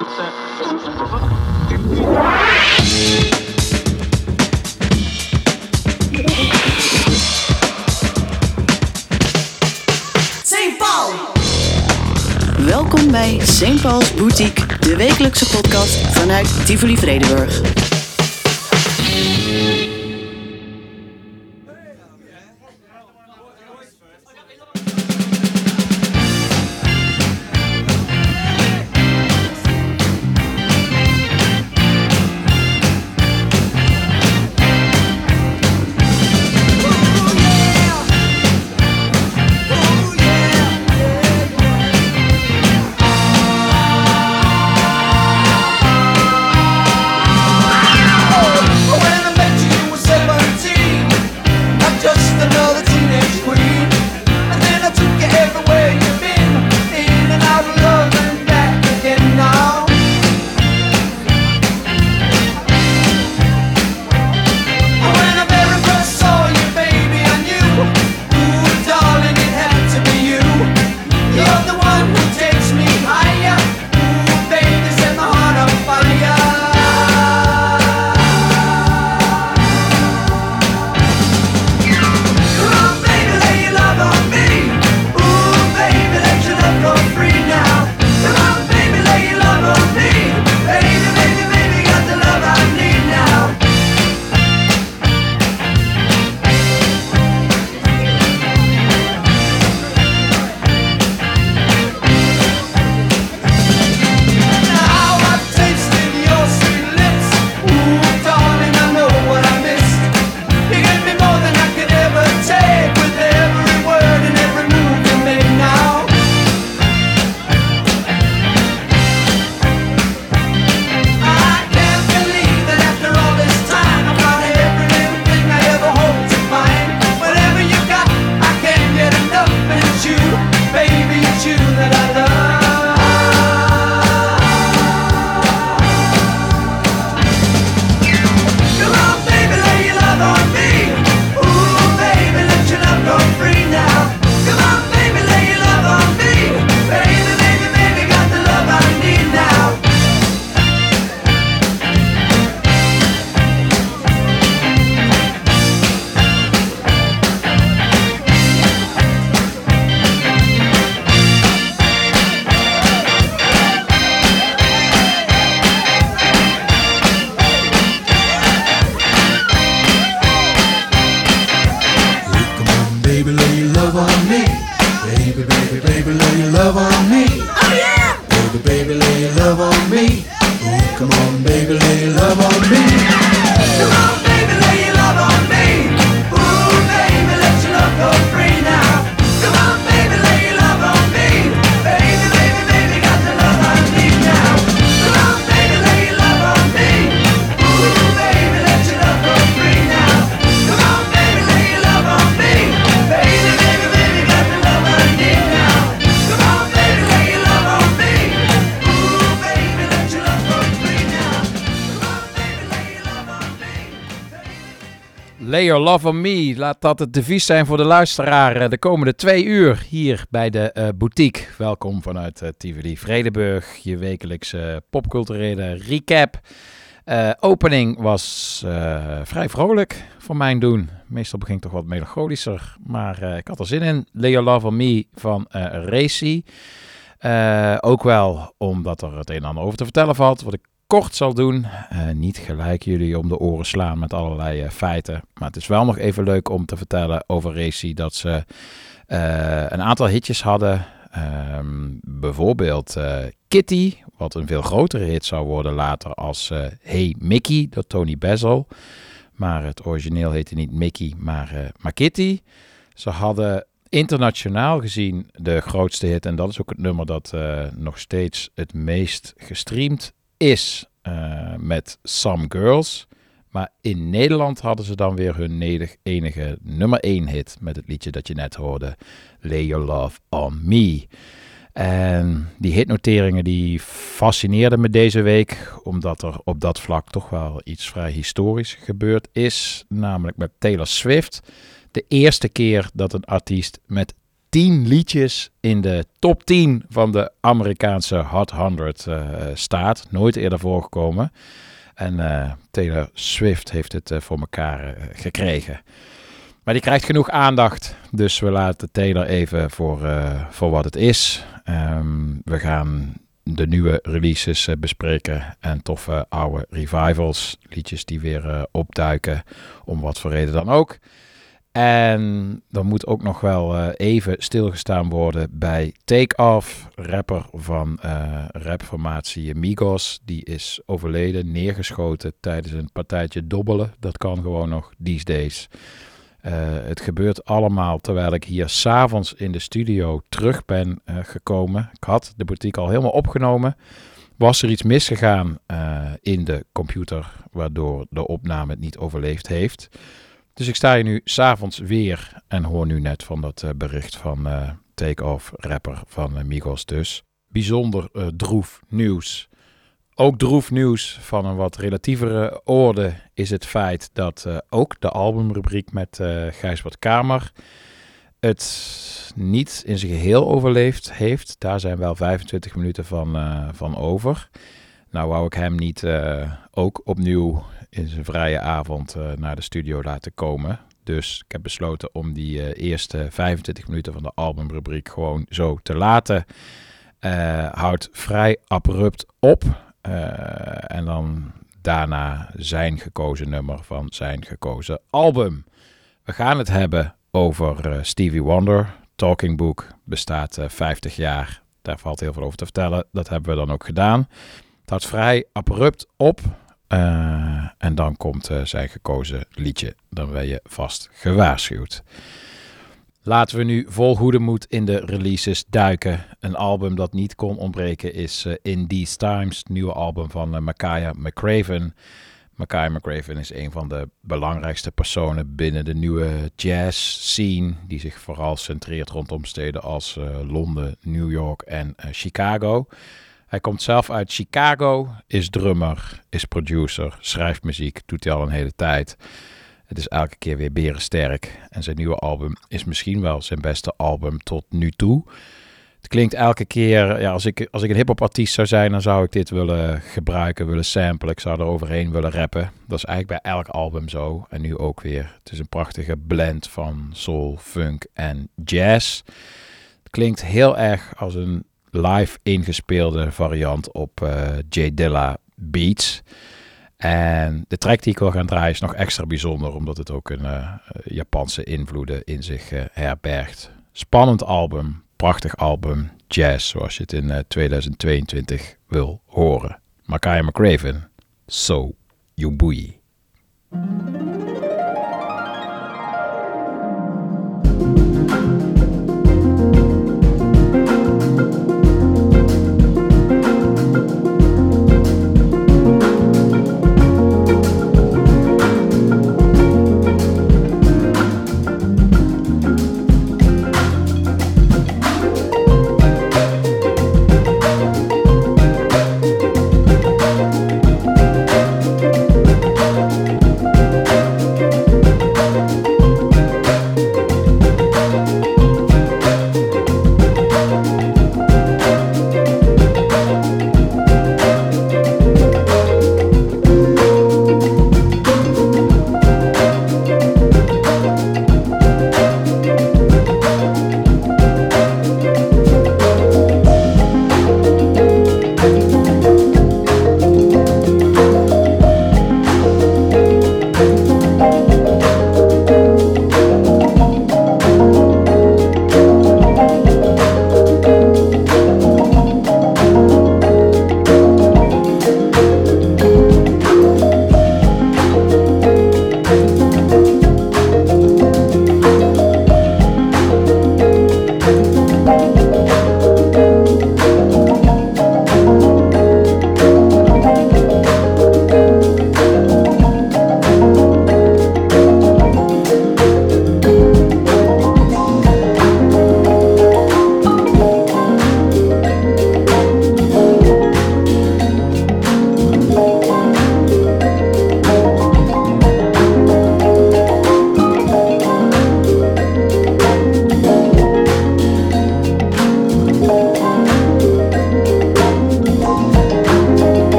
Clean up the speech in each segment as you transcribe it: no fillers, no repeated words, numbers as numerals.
St. Paul. Welkom bij St. Paul's Boutique, de wekelijkse podcast vanuit Tivoli Vredenburg. Lay your love on me. Laat dat het devies zijn voor de luisteraar de komende 2 uur hier bij de boutique. Welkom vanuit Tivoli Vredenburg, je wekelijkse popculturele recap. Opening was vrij vrolijk voor mijn doen. Meestal begint toch wat melancholischer, maar ik had er zin in. Lay your love on me van Racy. Ook wel omdat er het een en ander over te vertellen valt, wat ik kort zal doen. Niet gelijk jullie om de oren slaan met allerlei feiten. Maar het is wel nog even leuk om te vertellen over Racy dat ze een aantal hitjes hadden. Bijvoorbeeld Kitty, wat een veel grotere hit zou worden later als Hey Mickey door Tony Basil. Maar het origineel heette niet Mickey, maar Kitty. Ze hadden internationaal gezien de grootste hit. En dat is ook het nummer dat nog steeds het meest gestreamd is met Some Girls. Maar in Nederland hadden ze dan weer hun enige nummer 1 hit met het liedje dat je net hoorde, Lay Your Love On Me. En die hitnoteringen die fascineerden me deze week, omdat er op dat vlak toch wel iets vrij historisch gebeurd is. Namelijk met Taylor Swift. De eerste keer dat een artiest met 10 liedjes in de top 10 van de Amerikaanse Hot 100 staat. Nooit eerder voorgekomen. En Taylor Swift heeft het voor elkaar gekregen. Maar die krijgt genoeg aandacht. Dus we laten Taylor even voor wat het is. We gaan de nieuwe releases bespreken. En toffe oude revivals. Liedjes die weer opduiken. Om wat voor reden dan ook. En dan moet ook nog wel even stilgestaan worden bij Takeoff, rapper van rapformatie Migos. Die is overleden, neergeschoten tijdens een partijtje dobbelen. Dat kan gewoon nog these days. Het gebeurt allemaal terwijl ik hier 's avonds in de studio terug ben gekomen. Ik had de boutique al helemaal opgenomen. Was er iets misgegaan in de computer waardoor de opname het niet overleefd heeft. Dus ik sta hier nu 's avonds weer en hoor nu net van dat bericht van Takeoff, rapper van Migos dus. Bijzonder droef nieuws. Ook droef nieuws van een wat relatievere orde is het feit dat ook de albumrubriek met Gijsbert Kamer het niet in zijn geheel overleefd heeft. Daar zijn wel 25 minuten van over. Nou wou ik hem niet ook opnieuw in zijn vrije avond naar de studio laten komen. Dus ik heb besloten om die eerste 25 minuten van de albumrubriek gewoon zo te laten. Houdt vrij abrupt op. En dan daarna zijn gekozen nummer van zijn gekozen album. We gaan het hebben over Stevie Wonder. Talking Book bestaat 50 jaar. Daar valt heel veel over te vertellen. Dat hebben we dan ook gedaan. Het houdt vrij abrupt op. En dan komt zijn gekozen liedje. Dan ben je vast gewaarschuwd. Laten we nu vol goede moed in de releases duiken. Een album dat niet kon ontbreken is In These Times. Het nieuwe album van Makaya McCraven. Makaya McCraven is een van de belangrijkste personen binnen de nieuwe jazz scene. Die zich vooral centreert rondom steden als Londen, New York en Chicago. Hij komt zelf uit Chicago, is drummer, is producer, schrijft muziek, doet hij al een hele tijd. Het is elke keer weer berensterk en zijn nieuwe album is misschien wel zijn beste album tot nu toe. Het klinkt elke keer, ja, als ik een hip-hop artiest zou zijn, dan zou ik dit willen gebruiken, willen samplen. Ik zou er overheen willen rappen. Dat is eigenlijk bij elk album zo en nu ook weer. Het is een prachtige blend van soul, funk en jazz. Het klinkt heel erg als een live ingespeelde variant op J Dilla Beats. En de track die ik wil gaan draaien is nog extra bijzonder, omdat het ook een Japanse invloeden in zich herbergt. Spannend album, prachtig album, jazz zoals je het in 2022 wil horen. Makaya McCraven, So Yubui.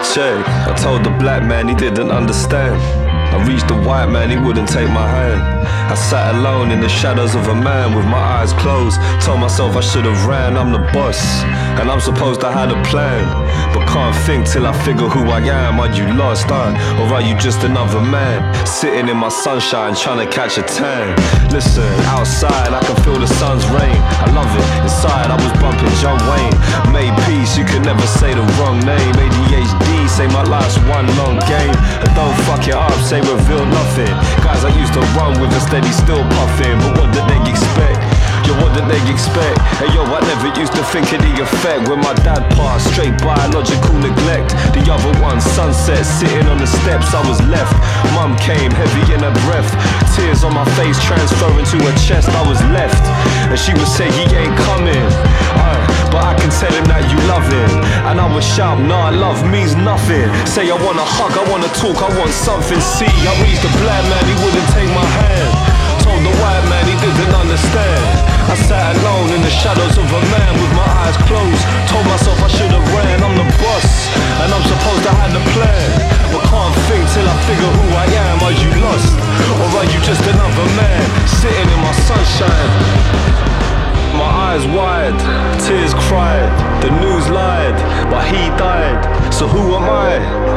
Check. I told the black man he didn't understand. I reached the white man, he wouldn't take my hand. I sat alone in the shadows of a man with my eyes closed. Told myself I should have ran, I'm the boss, and I'm supposed to have a plan. But can't think till I figure who I am. Are you lost, huh? Or are you just another man? Sitting in my sunshine, trying to catch a tan. Listen, outside I can feel the sun's rain. I love it, inside I was bumping John Wayne. Made peace, you can never say the wrong name. ADHD, say my life's one long game. And don't fuck it up, say reveal nothing. Guys I used to run with a steady still puffing. But what did they expect? Yo, what did they expect? Hey yo, I never used to think of the effect. When my dad passed, straight biological neglect. The other one, sunset, sitting on the steps, I was left. Mum came, heavy in her breath. Tears on my face, transferring to her chest, I was left. And she would say, he ain't coming. But I can tell him that you love him. And I would shout, nah, love means nothing. Say I wanna hug, I wanna talk, I want something. See, I reached the black man, he wouldn't take my hand. Told the white man he didn't understand. I sat alone in the shadows of a man with my eyes closed. Told myself I should have ran, I'm the boss, and I'm supposed to have the plan. But can't think till I figure who I am. Are you lost, or are you just another man sitting in my sunshine? My eyes wide, tears cried, the news lied, but he died, so who am I?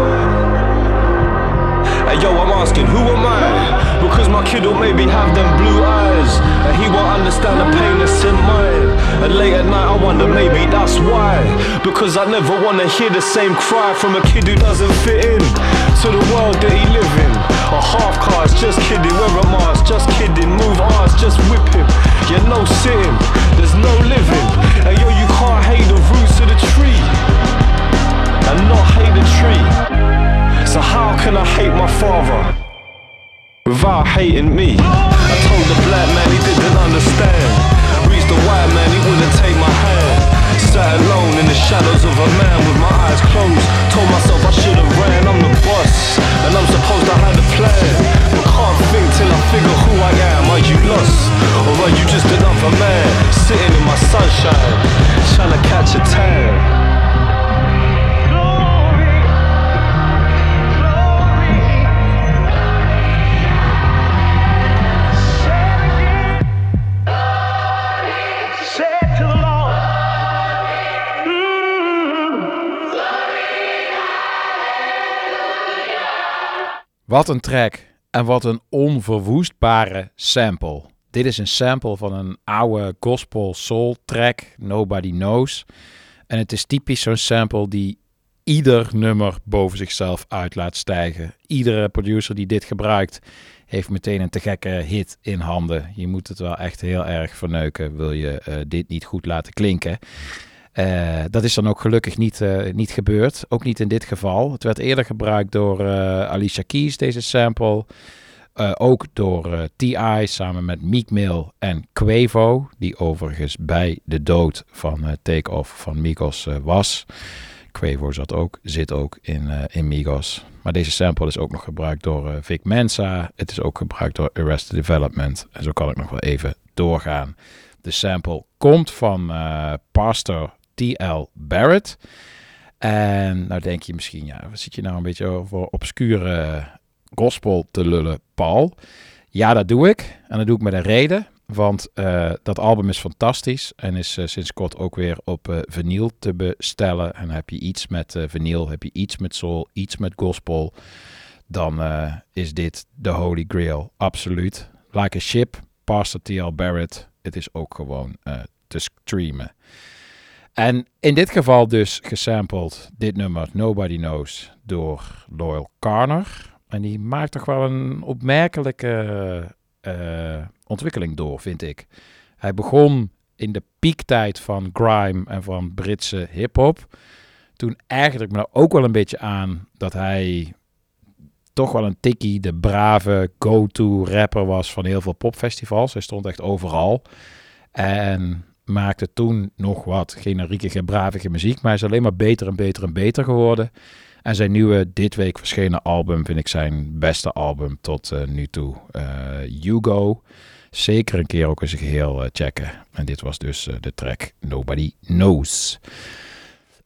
Hey yo, I'm asking, who am I? Because my kid will maybe have them blue eyes, and he won't understand the pain that's in mine. And late at night I wonder, maybe that's why. Because I never wanna hear the same cry from a kid who doesn't fit in to the world that he live in. A half cast, just kidding, wear a mask, just kidding, move arse, just whip him. Yeah, no sitting, there's no living. And yo, you can't hate the roots of the tree and not hate the tree. So how can I hate my father without hating me? I told the black man he didn't understand. Reached the white man, he wouldn't take my hand. Sat alone in the shadows of a man with my eyes closed. Told myself I should have ran, I'm the boss, and I'm supposed to have the plan. But can't think till I figure who I am. Are you lost, or are you just another man sitting in my sunshine, trying to catch a tan? Wat een track en wat een onverwoestbare sample. Dit is een sample van een oude gospel soul track, Nobody Knows. En het is typisch zo'n sample die ieder nummer boven zichzelf uit laat stijgen. Iedere producer die dit gebruikt heeft meteen een te gekke hit in handen. Je moet het wel echt heel erg verneuken, wil je dit niet goed laten klinken. Dat is dan ook gelukkig niet gebeurd. Ook niet in dit geval. Het werd eerder gebruikt door Alicia Keys, deze sample. Ook door T.I. samen met Meek Mill en Quavo. Die overigens bij de dood van Take Off van Migos was. Quavo zit ook in Migos. Maar deze sample is ook nog gebruikt door Vic Mensa. Het is ook gebruikt door Arrested Development. En zo kan ik nog wel even doorgaan. De sample komt van Pastor T.L. Barrett. En nou denk je misschien, ja, wat zit je nou een beetje over obscure gospel te lullen, Paul? Ja, dat doe ik. En dat doe ik met een reden. Want dat album is fantastisch en is sinds kort ook weer op vinyl te bestellen. En heb je iets met vinyl, heb je iets met soul, iets met gospel, dan is dit de Holy Grail, absoluut. Like a Ship, Pastor T.L. Barrett. Het is ook gewoon te streamen. En in dit geval dus gesampled dit nummer Nobody Knows door Loyle Carner. En die maakt toch wel een opmerkelijke ontwikkeling door, vind ik. Hij begon in de piektijd van grime en van Britse hip-hop. Toen ergerde ik me er ook wel een beetje aan dat hij toch wel een tikkie de brave go-to rapper was van heel veel popfestivals. Hij stond echt overal. En maakte toen nog wat generieke, bravige muziek. Maar hij is alleen maar beter en beter en beter geworden. En zijn nieuwe, dit week verschenen album vind ik zijn beste album tot nu toe. Hugo. Zeker een keer ook eens geheel checken. En dit was dus de track Nobody Knows.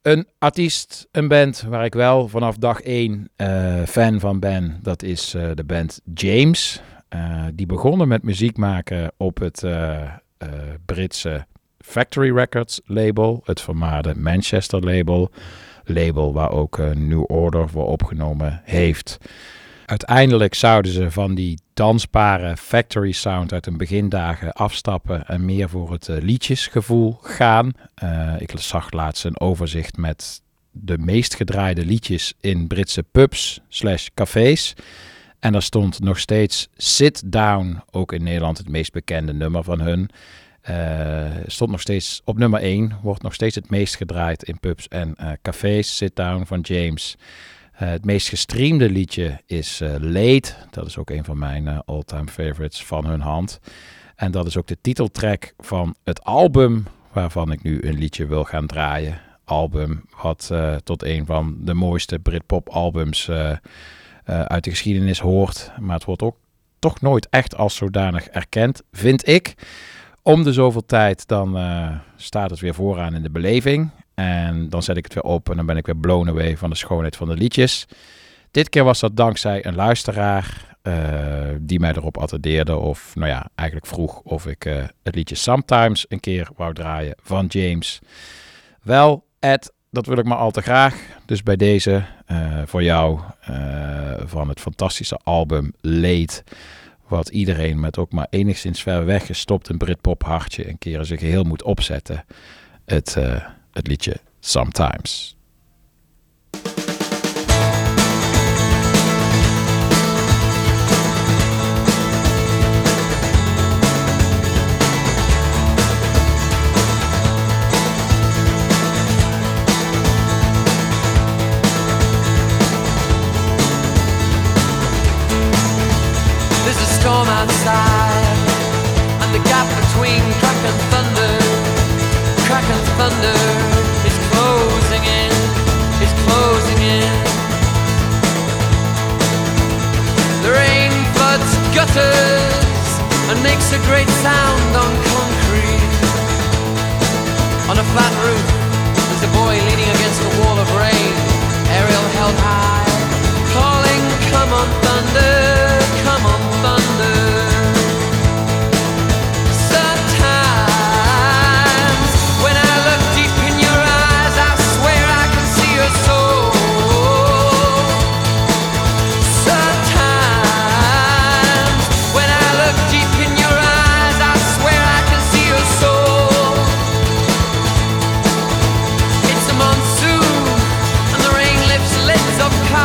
Een artiest, een band waar ik wel vanaf dag 1 fan van ben, dat is de band James. Die begonnen met muziek maken op het Britse Factory Records label, het vermaarde Manchester label waar ook New Order voor opgenomen heeft. Uiteindelijk zouden ze van die dansbare factory sound uit hun begindagen afstappen en meer voor het liedjesgevoel gaan. Ik zag laatst een overzicht met de meest gedraaide liedjes in Britse pubs / cafés. En daar stond nog steeds Sit Down, ook in Nederland het meest bekende nummer van hun. Stond nog steeds op nummer 1, wordt nog steeds het meest gedraaid in pubs en cafés. Sit Down van James. Het meest gestreamde liedje is Late. Dat is ook een van mijn all-time favorites van hun hand. En dat is ook de titeltrack van het album waarvan ik nu een liedje wil gaan draaien. Album wat tot een van de mooiste Britpop albums uit de geschiedenis hoort. Maar het wordt ook toch nooit echt als zodanig erkend, vind ik. Om de zoveel tijd dan staat het weer vooraan in de beleving. En dan zet ik het weer op en dan ben ik weer blown away van de schoonheid van de liedjes. Dit keer was dat dankzij een luisteraar die mij erop attendeerde. Of eigenlijk vroeg of ik het liedje Sometimes een keer wou draaien van James. Wel, Ed, dat wil ik maar al te graag. Dus bij deze voor jou van het fantastische album Late. Wat iedereen met ook maar enigszins ver weggestopt een Britpop hartje een keer in zijn geheel moet opzetten. Het liedje Sometimes. There's a storm outside, and the gap between crack and thunder is closing in, The rain floods gutters and makes a great sound on concrete. On a flat roof, there's a boy leaning against a wall of rain, aerial held high, calling, come on thunder, come on thunder. Of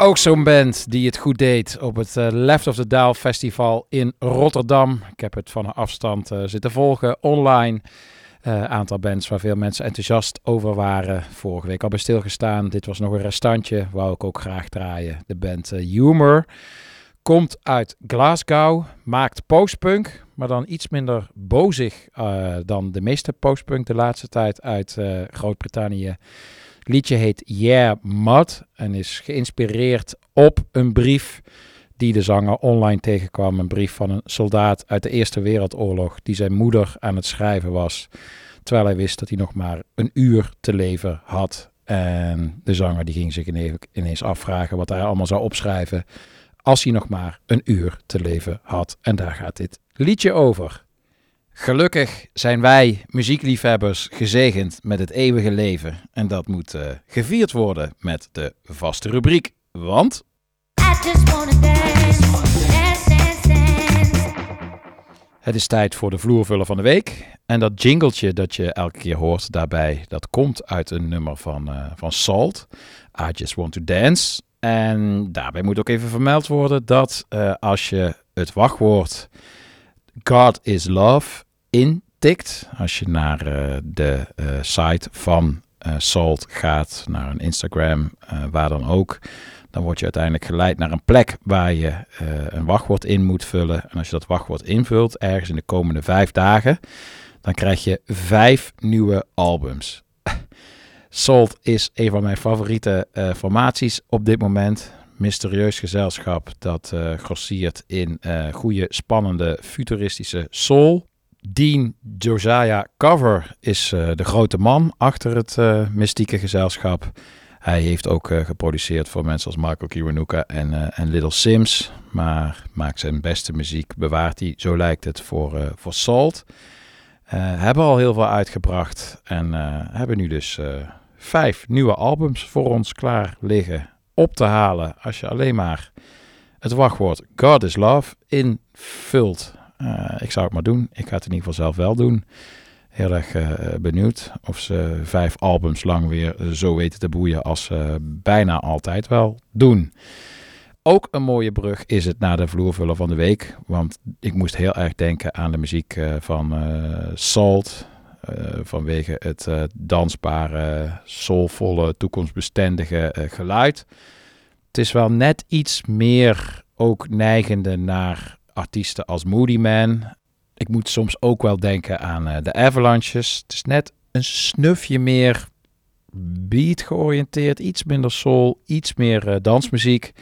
ook zo'n band die het goed deed op het Left of the Dial Festival in Rotterdam. Ik heb het van een afstand zitten volgen online. Aantal bands waar veel mensen enthousiast over waren. Vorige week al bij stilgestaan. Dit was nog een restantje. Wou ik ook graag draaien. De band Humor komt uit Glasgow. Maakt postpunk. Maar dan iets minder bozig dan de meeste postpunk de laatste tijd uit Groot-Brittannië. Het liedje heet Yeah Mud. En is geïnspireerd op een brief die de zanger online tegenkwam. Een brief van een soldaat uit de Eerste Wereldoorlog die zijn moeder aan het schrijven was. Terwijl hij wist dat hij nog maar een uur te leven had. En de zanger die ging zich ineens afvragen wat hij allemaal zou opschrijven als hij nog maar een uur te leven had. En daar gaat dit liedje over. Gelukkig zijn wij, muziekliefhebbers, gezegend met het eeuwige leven. En dat moet gevierd worden met de vaste rubriek. Want het is tijd voor de vloervuller van de week. En dat jingletje dat je elke keer hoort daarbij, dat komt uit een nummer van Salt. I Just Want To Dance. En daarbij moet ook even vermeld worden dat als je het wachtwoord God is Love intikt, als je naar de site van Salt gaat, naar een Instagram, waar dan ook, dan word je uiteindelijk geleid naar een plek waar je een wachtwoord in moet vullen. En als je dat wachtwoord invult, ergens in de komende 5 dagen, dan krijg je 5 nieuwe albums. Salt is een van mijn favoriete formaties op dit moment. Mysterieus gezelschap dat grossiert in goede, spannende, futuristische soul. Dean Josiah Cover is de grote man achter het mystieke gezelschap. Hij heeft ook geproduceerd voor mensen als Michael Kiwanuka en Little Sims. Maar maakt zijn beste muziek, bewaart hij, zo lijkt het, voor Salt. Hebben al heel veel uitgebracht en hebben nu dus 5 nieuwe albums voor ons klaar liggen op te halen. Als je alleen maar het wachtwoord God is Love invult. Ik zou het maar doen. Ik ga het in ieder geval zelf wel doen. Heel erg benieuwd of ze 5 albums lang weer zo weten te boeien als ze bijna altijd wel doen. Ook een mooie brug is het naar de vloervuller van de week. Want ik moest heel erg denken aan de muziek van Salt. Vanwege het dansbare, soulvolle, toekomstbestendige geluid. Het is wel net iets meer ook neigende naar artiesten als Moody Man. Ik moet soms ook wel denken aan de Avalanches. Het is net een snufje meer beat georiënteerd. Iets minder soul, iets meer dansmuziek.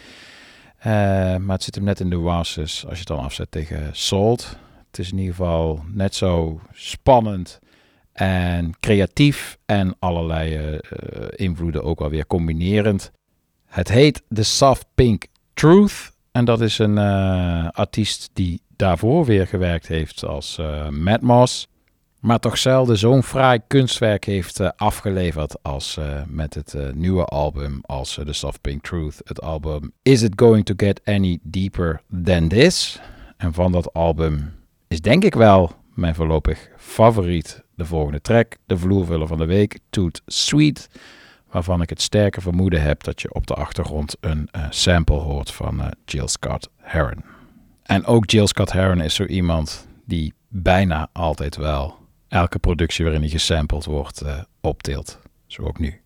Maar het zit hem net in de nuances als je het dan afzet tegen Salt. Het is in ieder geval net zo spannend en creatief en allerlei invloeden ook wel weer combinerend. Het heet The Soft Pink Truth. En dat is een artiest die daarvoor weer gewerkt heeft als Matt Moss. Maar toch zelden zo'n fraai kunstwerk heeft afgeleverd als met het nieuwe album als The Soft Pink Truth. Het album Is It Going To Get Any Deeper Than This? En van dat album is denk ik wel mijn voorlopig favoriet de volgende track. De vloervuller van de week, Toot Sweet. Waarvan ik het sterke vermoeden heb dat je op de achtergrond een sample hoort van Jill Scott Heron. En ook Jill Scott Heron is zo iemand die bijna altijd wel elke productie waarin hij gesampled wordt optilt. Zo ook nu.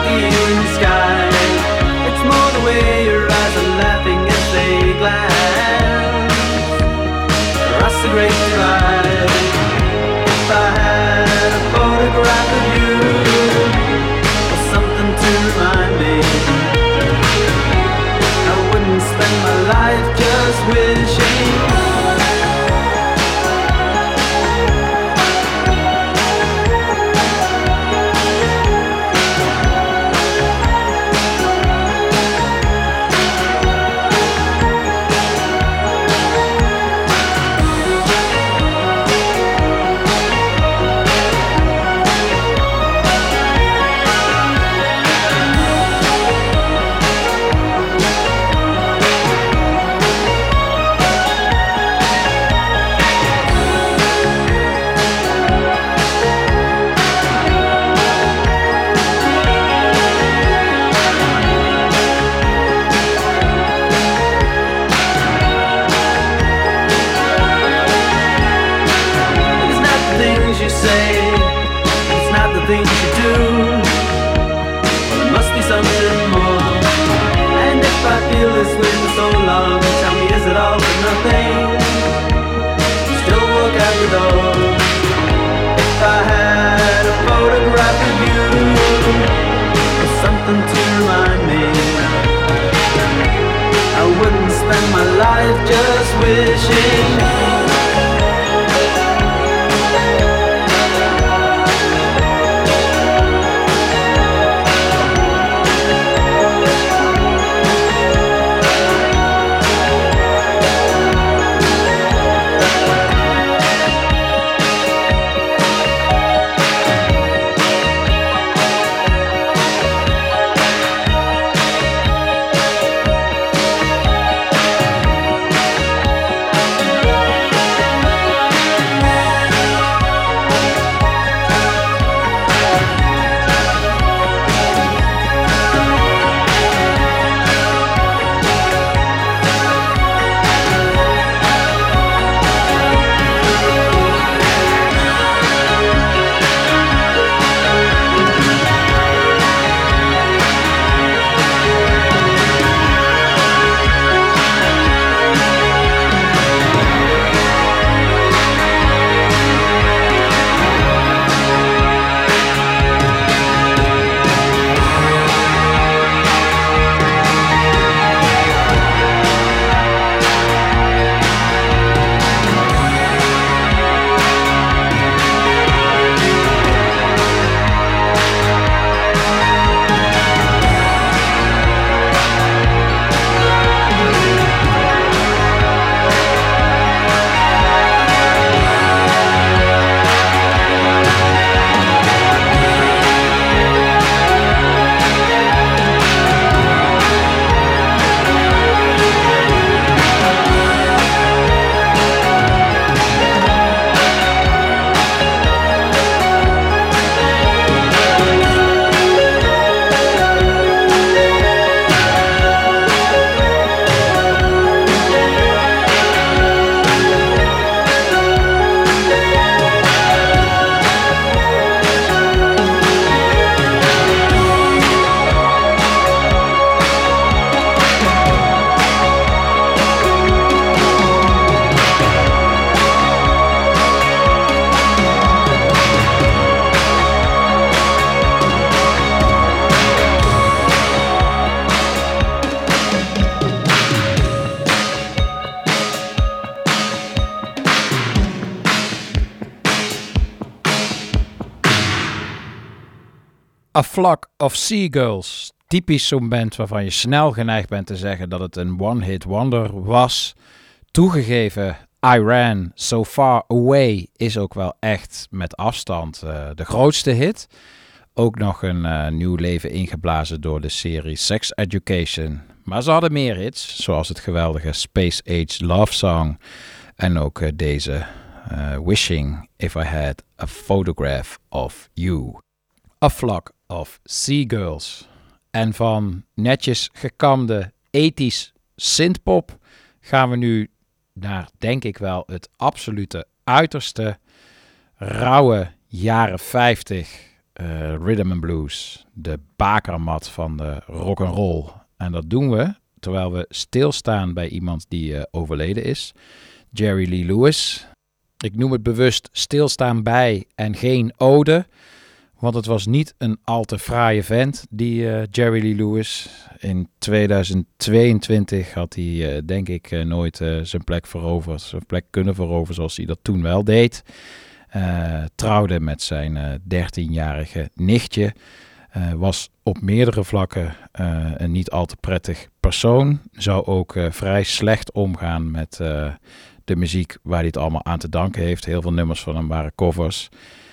see you in the sky. It's more the way your eyes are laughing as they glance across the great divide. If I had a photograph of you, or something to remind me, I wouldn't spend my life just wishing. A Flock of Seagulls. Typisch zo'n band waarvan je snel geneigd bent te zeggen dat het een one-hit wonder was. Toegegeven, Iran, So Far Away is ook wel echt met afstand de grootste hit. Ook nog een nieuw leven ingeblazen door de serie Sex Education. Maar ze hadden meer hits, zoals het geweldige Space Age Love Song. En ook deze Wishing If I Had a Photograph of You. A Flock of Seagulls. En van netjes gekamde 80s synthpop gaan we nu naar, denk ik wel, het absolute uiterste. Rauwe jaren 50 rhythm and blues, de bakermat van de rock and roll. En dat doen we terwijl we stilstaan bij iemand die overleden is. Jerry Lee Lewis. Ik noem het bewust stilstaan bij en geen ode. Want het was niet een al te fraaie vent, die Jerry Lee Lewis. In 2022 had hij denk ik nooit zijn plek veroverd. Zijn plek kunnen veroveren zoals hij dat toen wel deed. Trouwde met zijn 13-jarige nichtje. Was op meerdere vlakken een niet al te prettig persoon. Zou ook vrij slecht omgaan met de muziek waar hij het allemaal aan te danken heeft. Heel veel nummers van hem waren covers.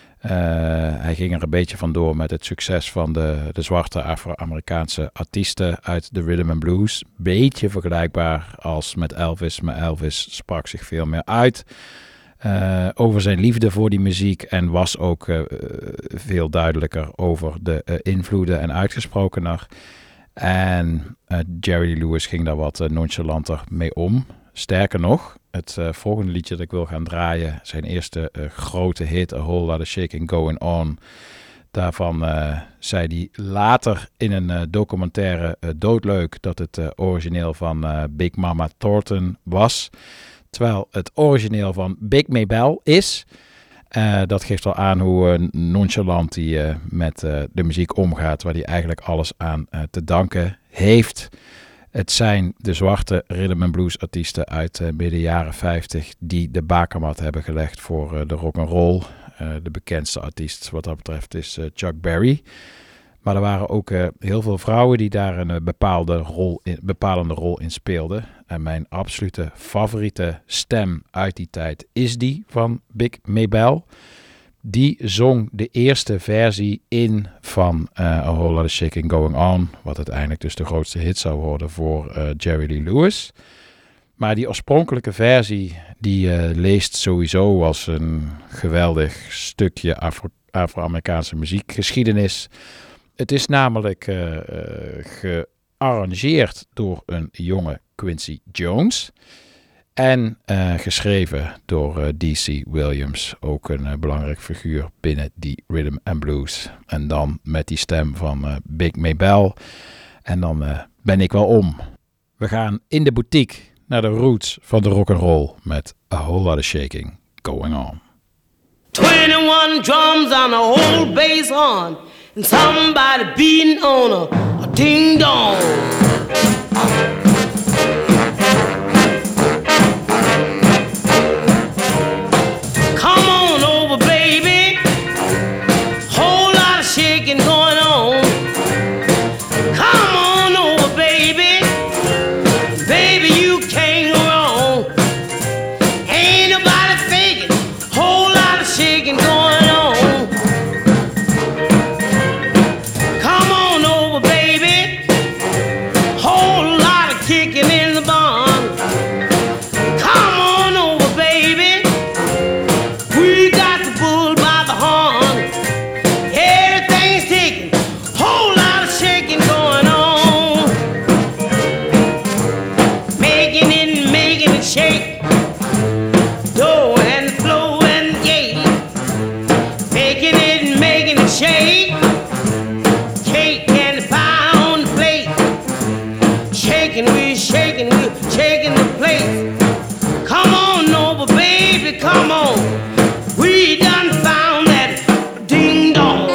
Hij ging er een beetje vandoor met het succes van de zwarte Afro-Amerikaanse artiesten uit de rhythm and blues. Beetje vergelijkbaar als met Elvis, maar Elvis sprak zich veel meer uit over zijn liefde voor die muziek en was ook veel duidelijker over de invloeden en uitgesprokener. En Jerry Lee Lewis ging daar wat nonchalanter mee om. Sterker nog, het volgende liedje dat ik wil gaan draaien, zijn eerste grote hit, A Whole Lot of Shaking Going On. Daarvan zei hij later in een documentaire doodleuk dat het origineel van Big Mama Thornton was. Terwijl het origineel van Big Maybelle is. Dat geeft al aan hoe nonchalant hij met de muziek omgaat, waar hij eigenlijk alles aan te danken heeft. Het zijn de zwarte rhythm and blues artiesten uit midden jaren 50 die de bakermat hebben gelegd voor de rock and roll. De bekendste artiest wat dat betreft is Chuck Berry. Maar er waren ook heel veel vrouwen die daar een bepalende rol in speelden. En mijn absolute favoriete stem uit die tijd is die van Big Maybelle. Die zong de eerste versie in van A Whole Lot of Shaking Going On. Wat uiteindelijk dus de grootste hit zou worden voor Jerry Lee Lewis. Maar die oorspronkelijke versie die leest sowieso als een geweldig stukje Afro-Amerikaanse muziekgeschiedenis. Het is namelijk gearrangeerd door een jonge Quincy Jones. En geschreven door D.C. Williams, ook een belangrijk figuur binnen die rhythm and blues. En dan met die stem van Big Maybelle. En dan ben ik wel om. We gaan in de boutique naar de roots van de rock and roll met A Whole Lot of Shaking Going On. 21 drums on a whole bass horn, and somebody beating on a ding dong. Come on over, baby. Whole lot of shaking going on. Come on over, baby. Baby, you can't go wrong. Ain't nobody faking. Whole lot of shaking going on. Come on over, baby. Whole lot of kicking in the barn. Come on over, baby. We got the bull by the horn. Everything's ticking. Whole lot of shaking going on. Making it shake. Door and the floor and the gate. Making it shake. Cake and the pie on the plate. Shaking the place. Come on over, baby, come on. We done found that ding dong.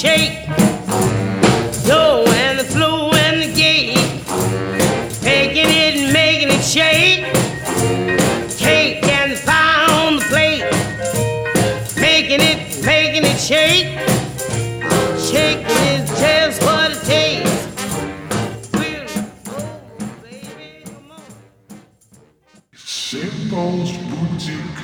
shake. Yo, and the flow and the gate, taking it and making it shake. Cake and the pie on the plate, making it shake. Shake is just what it takes. Baby, come on. St. Paul's Boutique.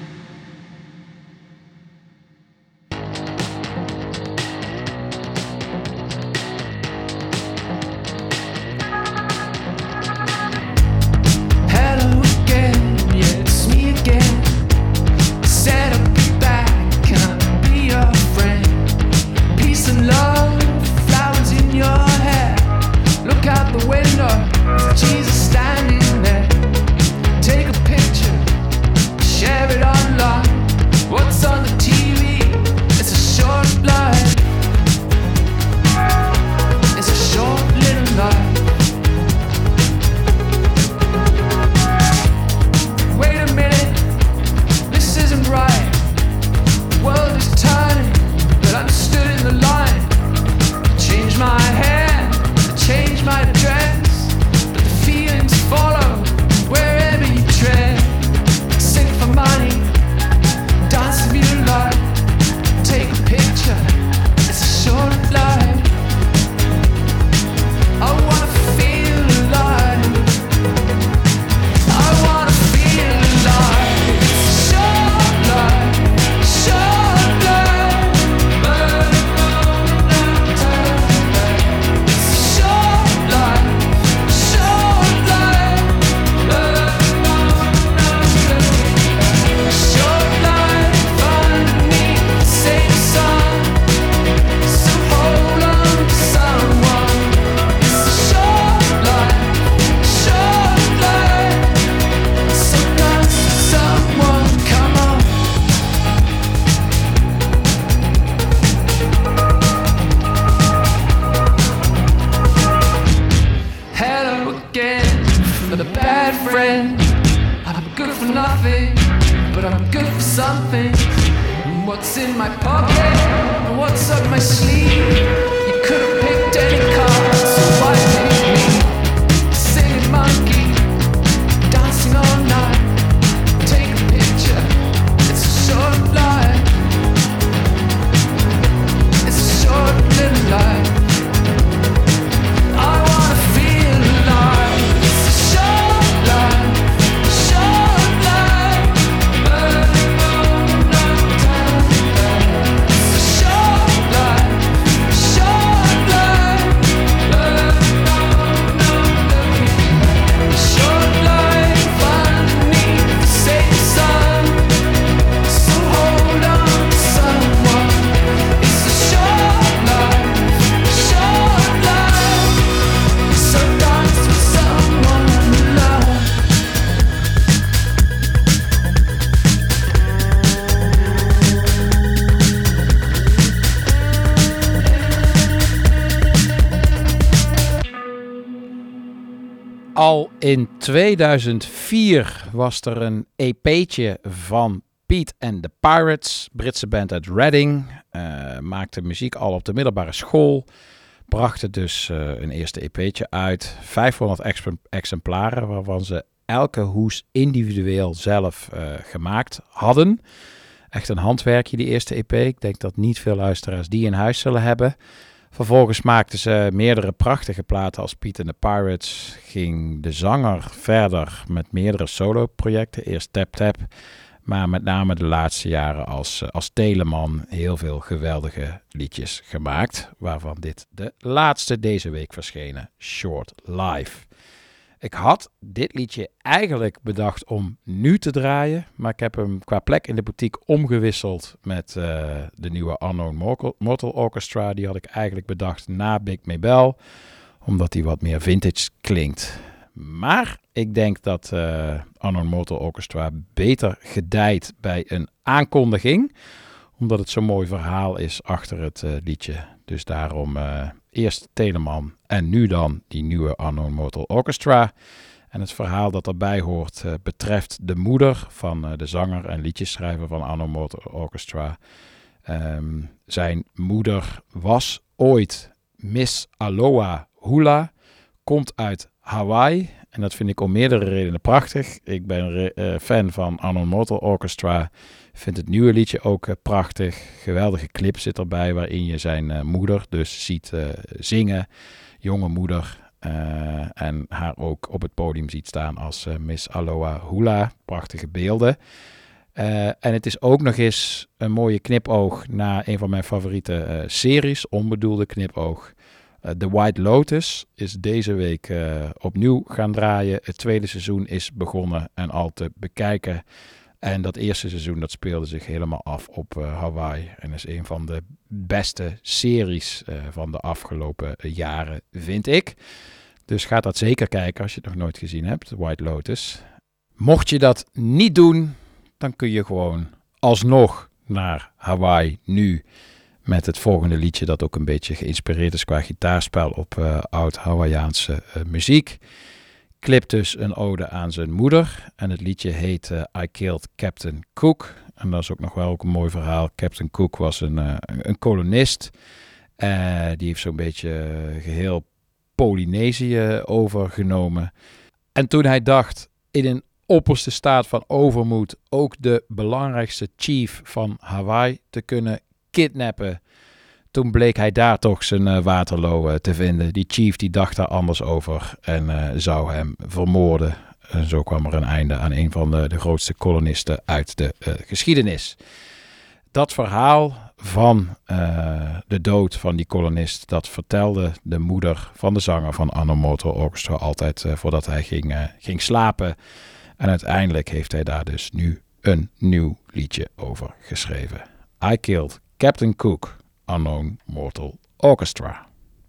Hello again, yeah, it's me again. Said I'll be back, can I be your friend? Peace and love, flowers in your hair. Look out the window, Jesus standing there. Take a picture, share it online. What's on the TV? It's a short life. It's a short little life. Wait a minute, this isn't right. The world is turning, but I'm stood in the line. Change my hair, change my dress, but the feelings follow wherever you tread. Sing for money, dance if you like. Take a picture, it's a short life. I wanna feel alive. I wanna feel alive. It's a short life, short life. It's a short life, short life. Short life underneath the same sun. So hold on to someone. It's a short life, short life. So dance with someone, come on. Hello again for the bad friend. I'm good for nothing, but I'm good for something. And what's in my pocket and what's up my sleeve? You could have picked any card, so why pick me? Singing monkey, dancing all night. Take a picture, it's a short life. It's a short little life. I wanna feel alive. It's a short life, short life. It's a short life, short life. Short life underneath the same sun. So hold on to someone. It's a short life, short life. So dance with someone you love. Al in 2004 was er een EP'tje van Pete and the Pirates, Britse band uit Reading. Maakte muziek al op de middelbare school. Brachten dus een eerste EP'tje uit. 500 exemplaren, waarvan ze elke hoes individueel zelf gemaakt hadden. Echt een handwerkje, die eerste EP. Ik denk dat niet veel luisteraars die in huis zullen hebben. Vervolgens maakten ze meerdere prachtige platen als Pete and the Pirates. Ging de zanger verder met meerdere solo-projecten. Eerst Tap Tap, maar met name de laatste jaren als Teleman heel veel geweldige liedjes gemaakt. Waarvan dit de laatste deze week verschenen, Short Life. Ik had dit liedje eigenlijk bedacht om nu te draaien, maar ik heb hem qua plek in de boutique omgewisseld met de nieuwe Unknown Mortal Orchestra. Die had ik eigenlijk bedacht na Big Maybelle, omdat die wat meer vintage klinkt. Maar ik denk dat Unknown Mortal Orchestra beter gedijt bij een aankondiging, omdat het zo'n mooi verhaal is achter het liedje. Dus daarom eerst Teleman en nu dan die nieuwe Unknown Mortal Orchestra. En het verhaal dat erbij hoort betreft de moeder van de zanger en liedjesschrijver van Unknown Mortal Orchestra. Zijn moeder was ooit Miss Aloha Hula, komt uit Hawaii. En dat vind ik om meerdere redenen prachtig. Ik ben fan van Unknown Mortal Orchestra. Vind het nieuwe liedje ook prachtig. Geweldige clip zit erbij waarin je zijn moeder dus ziet zingen. Jonge moeder. En haar ook op het podium ziet staan als Miss Aloha Hula. Prachtige beelden. En het is ook nog eens een mooie knipoog naar een van mijn favoriete series. Onbedoelde knipoog. The White Lotus is deze week opnieuw gaan draaien. Het tweede seizoen is begonnen en al te bekijken. En dat eerste seizoen dat speelde zich helemaal af op Hawaii. En is een van de beste series van de afgelopen jaren, vind ik. Dus ga dat zeker kijken als je het nog nooit gezien hebt, The White Lotus. Mocht je dat niet doen, dan kun je gewoon alsnog naar Hawaii nu. Met het volgende liedje dat ook een beetje geïnspireerd is qua gitaarspel op oud-Hawaiiaanse muziek. Clip dus een ode aan zijn moeder. En het liedje heet I Killed Captain Cook. En dat is ook nog wel ook een mooi verhaal. Captain Cook was een kolonist. Die heeft zo'n beetje geheel Polynesië overgenomen. En toen hij dacht in een opperste staat van overmoed ook de belangrijkste chief van Hawaii te kunnen kidnappen, toen bleek hij daar toch zijn Waterloo te vinden. Die chief die dacht daar anders over en zou hem vermoorden. En zo kwam er een einde aan een van de grootste kolonisten uit de geschiedenis. Dat verhaal van de dood van die kolonist, dat vertelde de moeder van de zanger van Unknown Mortal Orchestra altijd voordat hij ging slapen. En uiteindelijk heeft hij daar dus nu een nieuw liedje over geschreven. I Killed Captain Cook, Unknown Mortal Orchestra.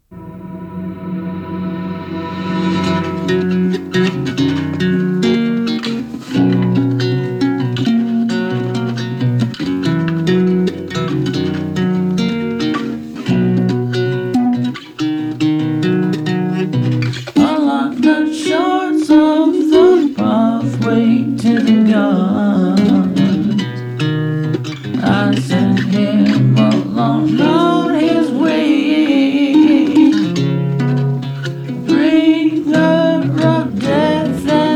Along the shores of the pathway to the gods, I sent him along on his way. Bring the rough death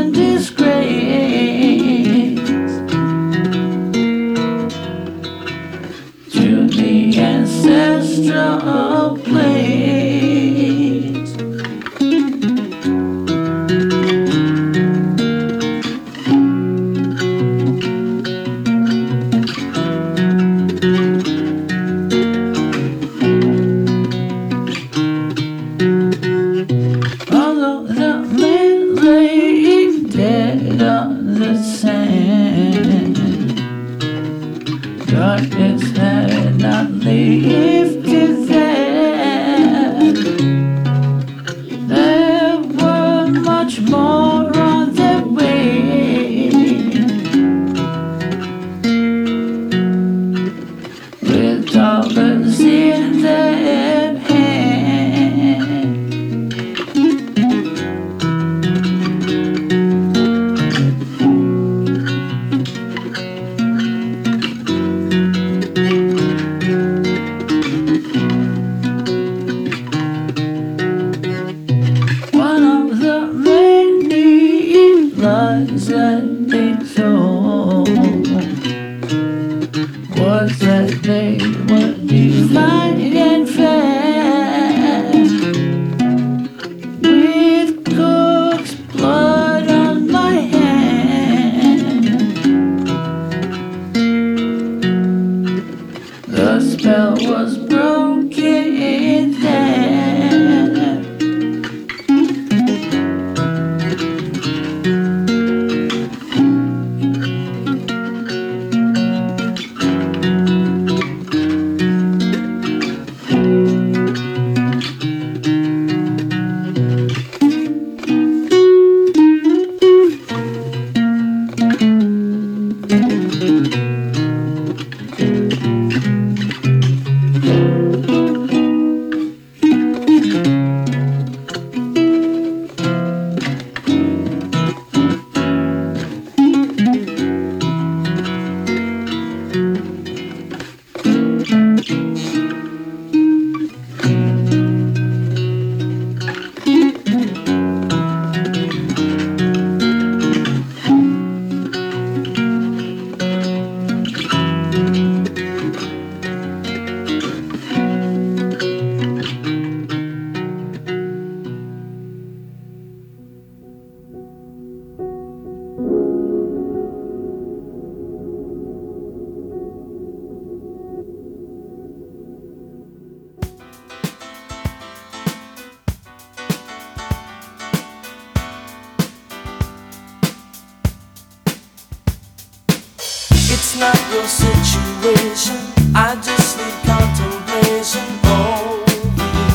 It's not your situation, I just need contemplation over you.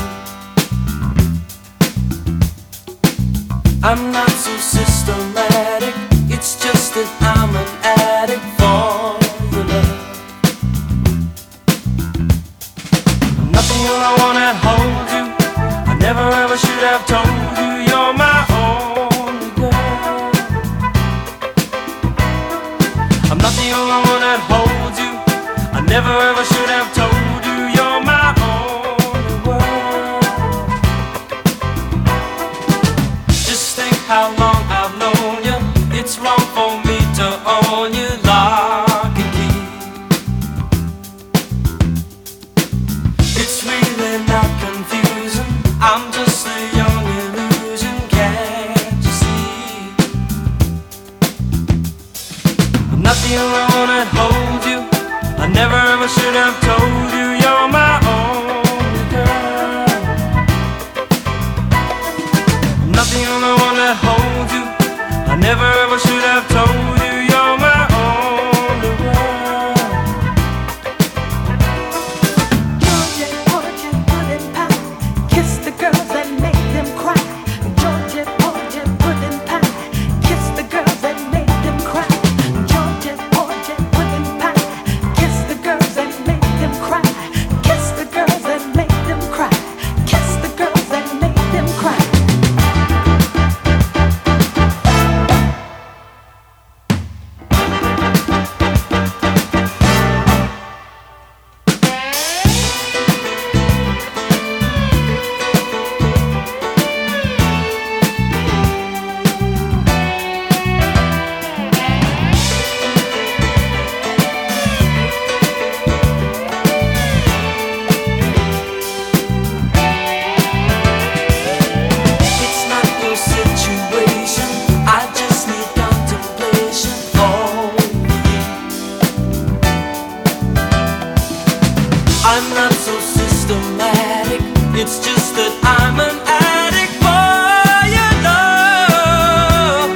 I'm not so systematic, it's just that I'm an addict for your love. Nothing I wanna hold you, I never ever should have told you you're my only girl. I'm not the only one that holds you, I never ever should have told you you're my only world. Just think how long I've known you, it's wrong for me to own you lock and key. It's really not confusing, I'm just a young illusion, can't you see? I'm not the only one that holds you, I never ever should have told you you're my only girl. I'm not the only one that holds you, I never ever should have told you you're my only girl. Georgia, Georgia, pudding pie, kiss the girls and make them cry. Georgia, Georgia, pudding pie, kiss the girls and make them cry. Georgia, Georgia, pudding pie, kiss the girls and make them cry. Kiss the girls and make them cry. Kiss the girls and make them cry. It's not your situation, I just need contemplation over you. I'm not so systematic, it's just that I'm an addict for your love.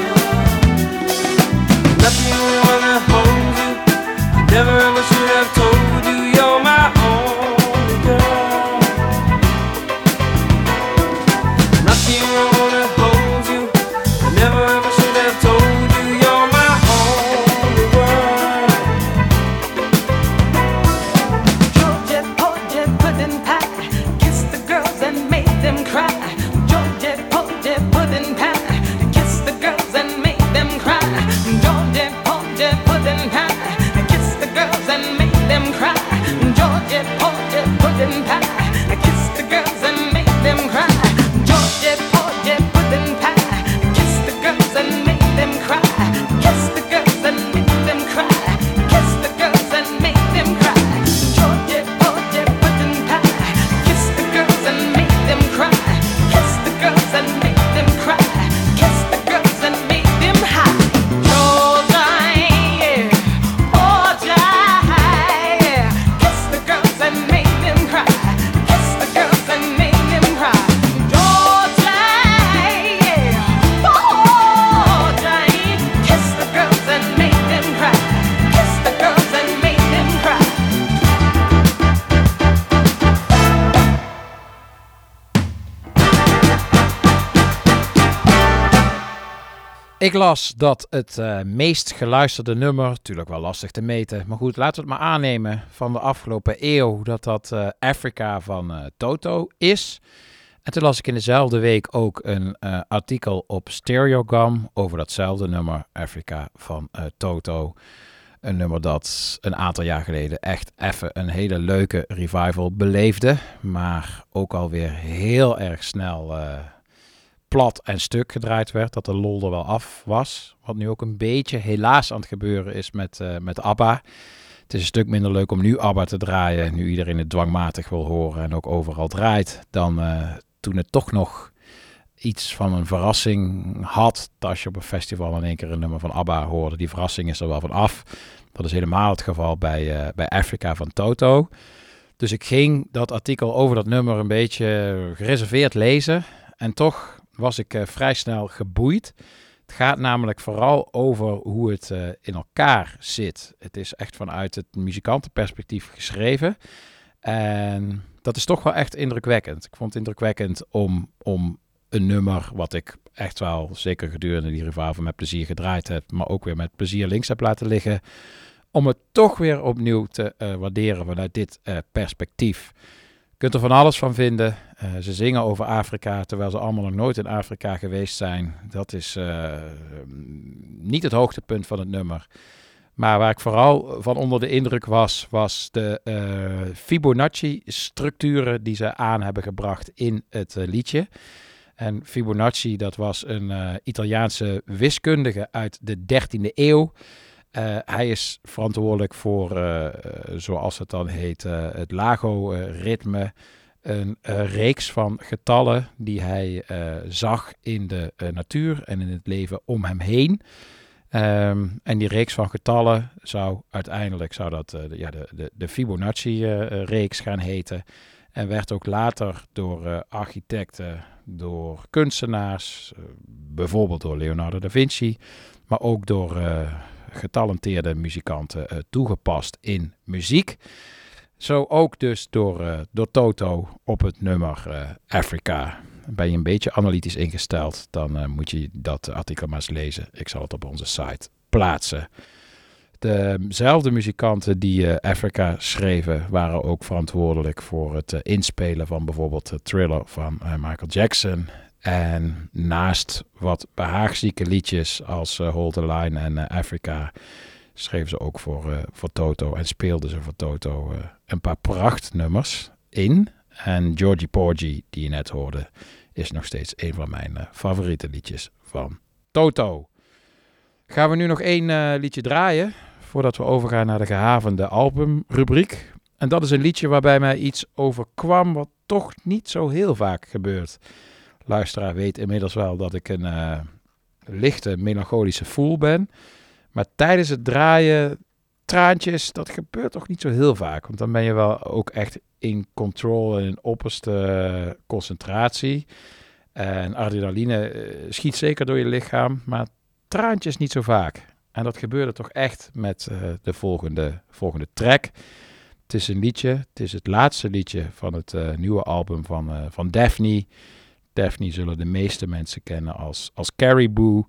Not the only one that holds you, I never ever should have told you you're my only girl. Not the only one that holds you, I never ever should have told you you're my only world. Georgia, Georgia, pudding pie, kiss the girls and make them cry. Georgia, Georgia, pudding pie, kiss the girls and make them cry. Georgia, Georgia, pudding pie, kiss the girls and make them cry. Georgia, Georgia, pudding pie, kiss the girls and make them cry. Georgia, Georgia, pudding pie, kiss the girls and make them cry. Kiss the girls and make them cry. Kiss the girls and make them cry. Georgia, Georgia, pudding pie, kiss the girls and make them cry. Kiss the girls and make them cry. Kiss the girls and make them high. Georgia, yeah, Georgia, yeah, kiss the girls and make them cry. Kiss the girls and make them cry. Georgia, yeah, Georgia, kiss the girls and make them cry. Kiss the girls and make them cry. Ik las dat het meest geluisterde nummer, natuurlijk wel lastig te meten, maar goed, laten we het maar aannemen van de afgelopen eeuw, dat Africa van Toto is. En toen las ik in dezelfde week ook een artikel op Stereogum over datzelfde nummer, Africa van Toto. Een nummer dat een aantal jaar geleden echt even een hele leuke revival beleefde, maar ook alweer heel erg snel plat en stuk gedraaid werd, dat de lol er wel af was. Wat nu ook een beetje helaas aan het gebeuren is met ABBA. Het is een stuk minder leuk om nu ABBA te draaien, nu iedereen het dwangmatig wil horen en ook overal draait, dan toen het toch nog iets van een verrassing had, als je op een festival in één keer een nummer van ABBA hoorde. Die verrassing is er wel van af. Dat is helemaal het geval bij Africa van Toto. Dus ik ging dat artikel over dat nummer een beetje gereserveerd lezen. En toch was ik vrij snel geboeid. Het gaat namelijk vooral over hoe het in elkaar zit. Het is echt vanuit het muzikantenperspectief geschreven. En dat is toch wel echt indrukwekkend. Ik vond het indrukwekkend om een nummer wat ik echt wel, zeker gedurende die revival, met plezier gedraaid heb, maar ook weer met plezier links heb laten liggen, om het toch weer opnieuw te waarderen vanuit dit perspectief. Je kunt er van alles van vinden. Ze zingen over Afrika, terwijl ze allemaal nog nooit in Afrika geweest zijn. Dat is niet het hoogtepunt van het nummer. Maar waar ik vooral van onder de indruk was de Fibonacci-structuren die ze aan hebben gebracht in het liedje. En Fibonacci, dat was een Italiaanse wiskundige uit de 13e eeuw. Hij is verantwoordelijk voor, zoals het dan heet, het Lago-ritme. Een reeks van getallen die hij zag in de natuur en in het leven om hem heen. En die reeks van getallen zou uiteindelijk de Fibonacci-reeks gaan heten. En werd ook later door architecten, door kunstenaars, bijvoorbeeld door Leonardo da Vinci, maar ook door getalenteerde muzikanten toegepast in muziek. Zo ook dus door Toto op het nummer Africa. Ben je een beetje analytisch ingesteld, dan moet je dat artikel maar eens lezen. Ik zal het op onze site plaatsen. Dezelfde muzikanten die Africa schreven, waren ook verantwoordelijk voor het inspelen van bijvoorbeeld de Thriller van Michael Jackson. En naast wat behaagzieke liedjes als Hold the Line en Africa, schreven ze ook voor Toto en speelden ze voor Toto een paar prachtnummers in. En Georgie Porgy, die je net hoorde, is nog steeds een van mijn favoriete liedjes van Toto. Gaan we nu nog één liedje draaien, voordat we overgaan naar de gehavende albumrubriek. En dat is een liedje waarbij mij iets overkwam wat toch niet zo heel vaak gebeurt. Luisteraar weet inmiddels wel dat ik een lichte melancholische fool ben. Maar tijdens het draaien, traantjes, dat gebeurt toch niet zo heel vaak. Want dan ben je wel ook echt in control en in opperste concentratie. En adrenaline schiet zeker door je lichaam, maar traantjes niet zo vaak. En dat gebeurde toch echt met de volgende track. Het is een liedje, het is het laatste liedje van het nieuwe album van Daphne. Daphne zullen de meeste mensen kennen als Caribou.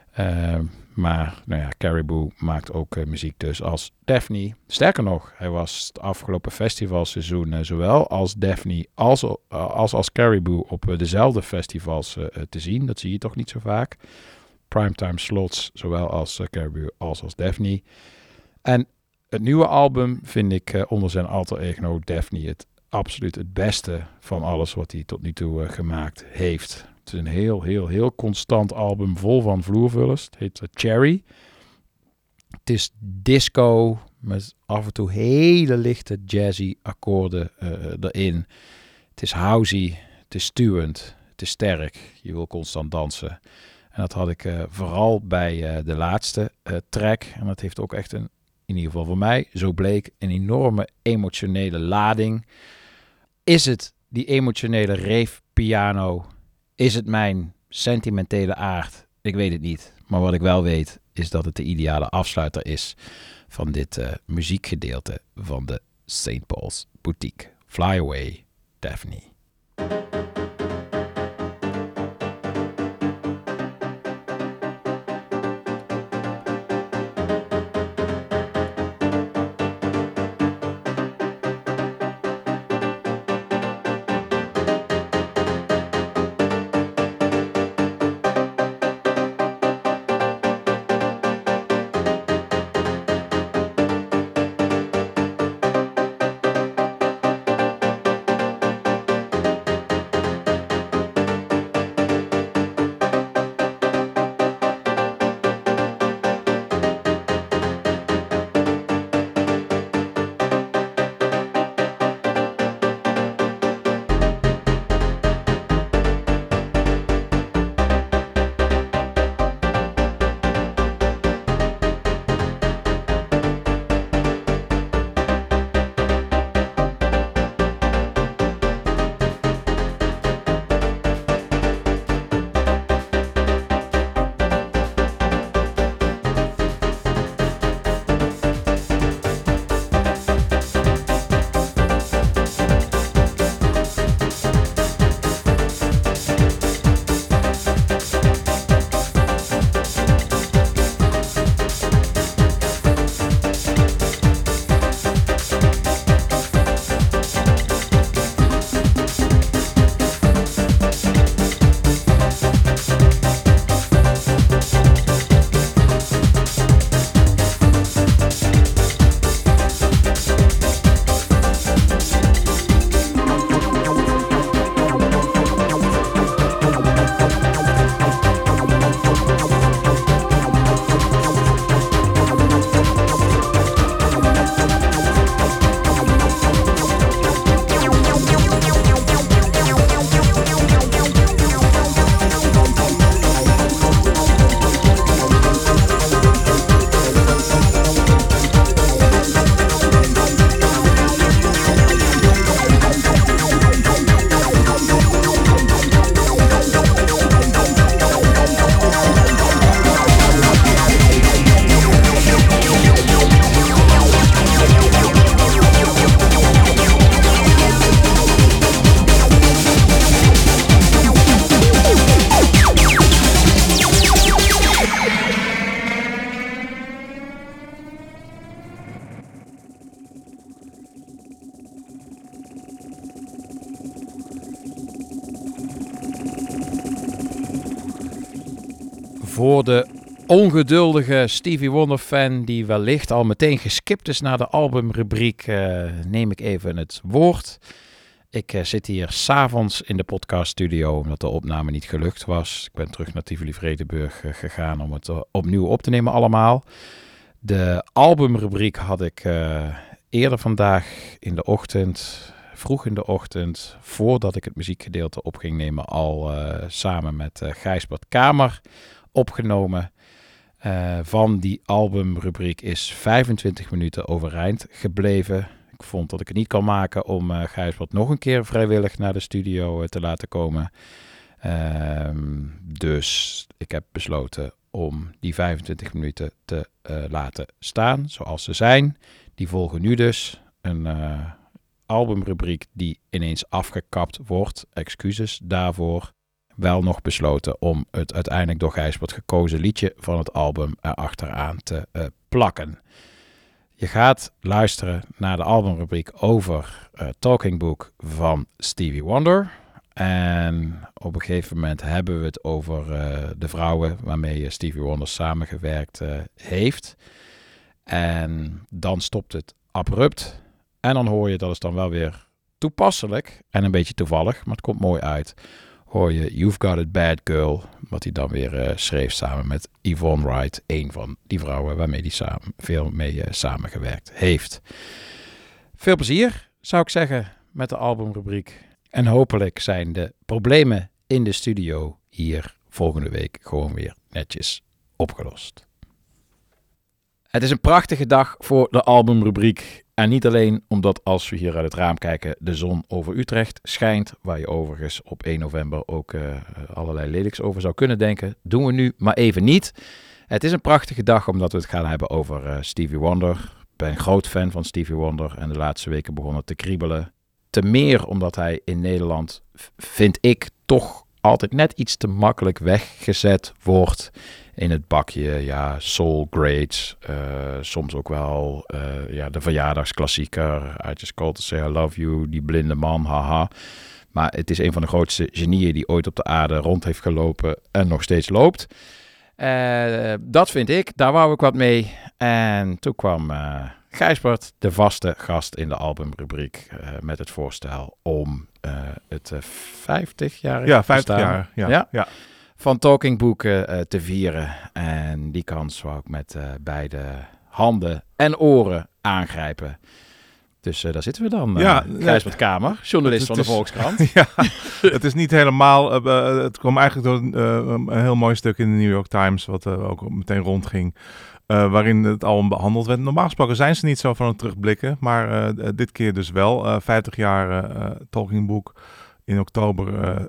Maar nou ja, Caribou maakt ook muziek dus als Daphne. Sterker nog, hij was het afgelopen festivalseizoen zowel als Daphne als Caribou op dezelfde festivals te zien. Dat zie je toch niet zo vaak. Primetime slots, zowel als Caribou als Daphne. En het nieuwe album vind ik onder zijn alter ego Daphne absoluut het beste van alles wat hij tot nu toe gemaakt heeft. Het is een heel constant album vol van vloervullers. Het heet Cherry. Het is disco met af en toe hele lichte jazzy akkoorden erin. Het is housey, het is stuwend, het is sterk. Je wil constant dansen. En dat had ik vooral bij de laatste track. En dat heeft ook echt in ieder geval voor mij, zo bleek, een enorme emotionele lading. Is het die emotionele rave piano? Is het mijn sentimentele aard? Ik weet het niet. Maar wat ik wel weet, is dat het de ideale afsluiter is van dit muziekgedeelte van de St. Paul's Boutique. Fly Away, Daphne. Voor de ongeduldige Stevie Wonder fan die wellicht al meteen geskipt is naar de albumrubriek, neem ik even het woord. Ik zit hier 's avonds in de podcaststudio omdat de opname niet gelukt was. Ik ben terug naar Tivoli Vredenburg gegaan om het opnieuw op te nemen allemaal. De albumrubriek had ik eerder vandaag in de ochtend, vroeg in de ochtend, voordat ik het muziekgedeelte op ging nemen, al samen met Gijsbert Kamer opgenomen. Van die albumrubriek is 25 minuten overeind gebleven. Ik vond dat ik het niet kan maken om Gijsbert nog een keer vrijwillig naar de studio te laten komen. Dus ik heb besloten om die 25 minuten te laten staan zoals ze zijn. Die volgen nu dus. Een albumrubriek die ineens afgekapt wordt. Excuses daarvoor. Wel nog besloten om het uiteindelijk door Gijsbert gekozen liedje van het album erachteraan te plakken. Je gaat luisteren naar de albumrubriek over Talking Book van Stevie Wonder. En op een gegeven moment hebben we het over de vrouwen waarmee Stevie Wonder samengewerkt heeft. En dan stopt het abrupt. En dan hoor je, dat is dan wel weer toepasselijk en een beetje toevallig, maar het komt mooi uit. Hoor je You've Got It Bad Girl, wat hij dan weer schreef samen met Yvonne Wright, een van die vrouwen waarmee hij veel mee samengewerkt heeft. Veel plezier, zou ik zeggen, met de albumrubriek. En hopelijk zijn de problemen in de studio hier volgende week gewoon weer netjes opgelost. Het is een prachtige dag voor de albumrubriek. En niet alleen omdat als we hier uit het raam kijken de zon over Utrecht schijnt, waar je overigens op 1 november ook allerlei lelijks over zou kunnen denken. Doen we nu maar even niet. Het is een prachtige dag omdat we het gaan hebben over Stevie Wonder. Ik ben een groot fan van Stevie Wonder en de laatste weken begonnen te kriebelen. Te meer omdat hij in Nederland, vind ik, toch altijd net iets te makkelijk weggezet wordt in het bakje, ja, soul greats, soms ook wel de verjaardagsklassieker, I Just Called To Say I Love You, die blinde man, haha. Maar het is een van de grootste genieën die ooit op de aarde rond heeft gelopen en nog steeds loopt. Dat vind ik, daar wou ik wat mee. En toen kwam Gijsbert, de vaste gast in de albumrubriek, met het voorstel om het 50-jarig Ja, 50 jaar. Ja. Van Talking Book te vieren. En die kans wou ik met beide handen en oren aangrijpen. Dus daar zitten we dan. Gijsbert Kamer, journalist van de Volkskrant. Ja, het is niet helemaal. Het kwam eigenlijk door een heel mooi stuk in de New York Times, wat ook meteen rondging. Waarin het album behandeld werd. Normaal gesproken zijn ze niet zo van het terugblikken. Maar dit keer dus wel. 50 jaar Talking Book. In oktober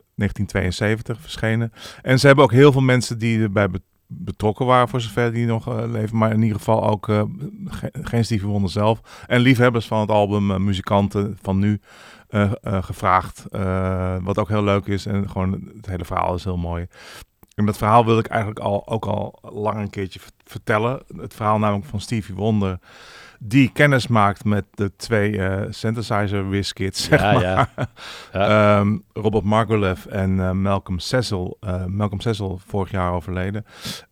1972 verschenen. En ze hebben ook heel veel mensen die erbij betrokken waren, voor zover die nog leven. Maar in ieder geval ook geen Stevie Wonder zelf. En liefhebbers van het album, muzikanten van nu, gevraagd. Wat ook heel leuk is. En gewoon het hele verhaal is heel mooi. En dat verhaal wil ik eigenlijk ook al lang een keertje vertellen. Het verhaal namelijk van Stevie Wonder, die kennis maakt met de twee synthesizer whiz-kids, zeg maar. Ja. Robert Margouleff en Malcolm Cecil. Malcolm Cecil vorig jaar overleden.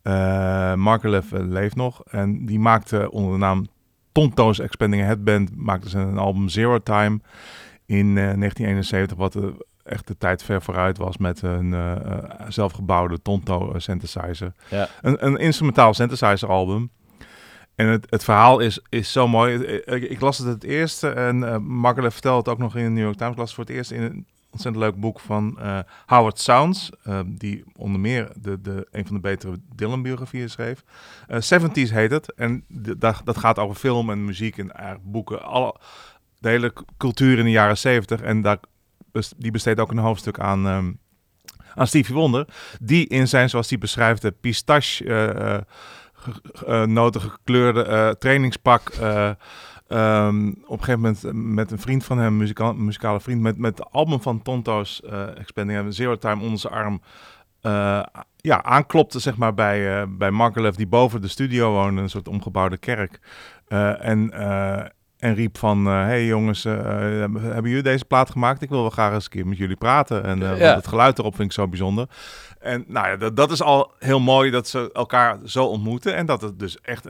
Margouleff leeft nog. En die maakte onder de naam Tonto's Expanding Headband maakte ze een album Zero Time in 1971, wat echt de tijd ver vooruit was met een zelfgebouwde Tonto synthesizer. Ja. Een instrumentaal synthesizer album. En het verhaal is zo mooi. Ik las het eerst en Margouleff vertelde het ook nog in de New York Times. Ik las het voor het eerst in een ontzettend leuk boek van Howard Sounds, die onder meer een van de betere Dylan-biografieën schreef. 70s heet het. En dat gaat over film en muziek en boeken. De hele cultuur in de jaren 70. En die besteedt ook een hoofdstuk aan Stevie Wonder. Die in zijn, zoals hij beschrijft, de pistache noten gekleurde trainingspak. Op een gegeven moment met een vriend van hem, muzikale vriend, met het album van Tonto's Expanding Zero Time onder zijn arm, aanklopte, zeg maar, bij Margouleff, die boven de studio woonde, een soort omgebouwde kerk. En riep van, hey jongens, hebben jullie deze plaat gemaakt? Ik wil wel graag eens een keer met jullie praten. En want het geluid erop vind ik zo bijzonder. En nou ja, dat is al heel mooi dat ze elkaar zo ontmoeten. En dat het dus echt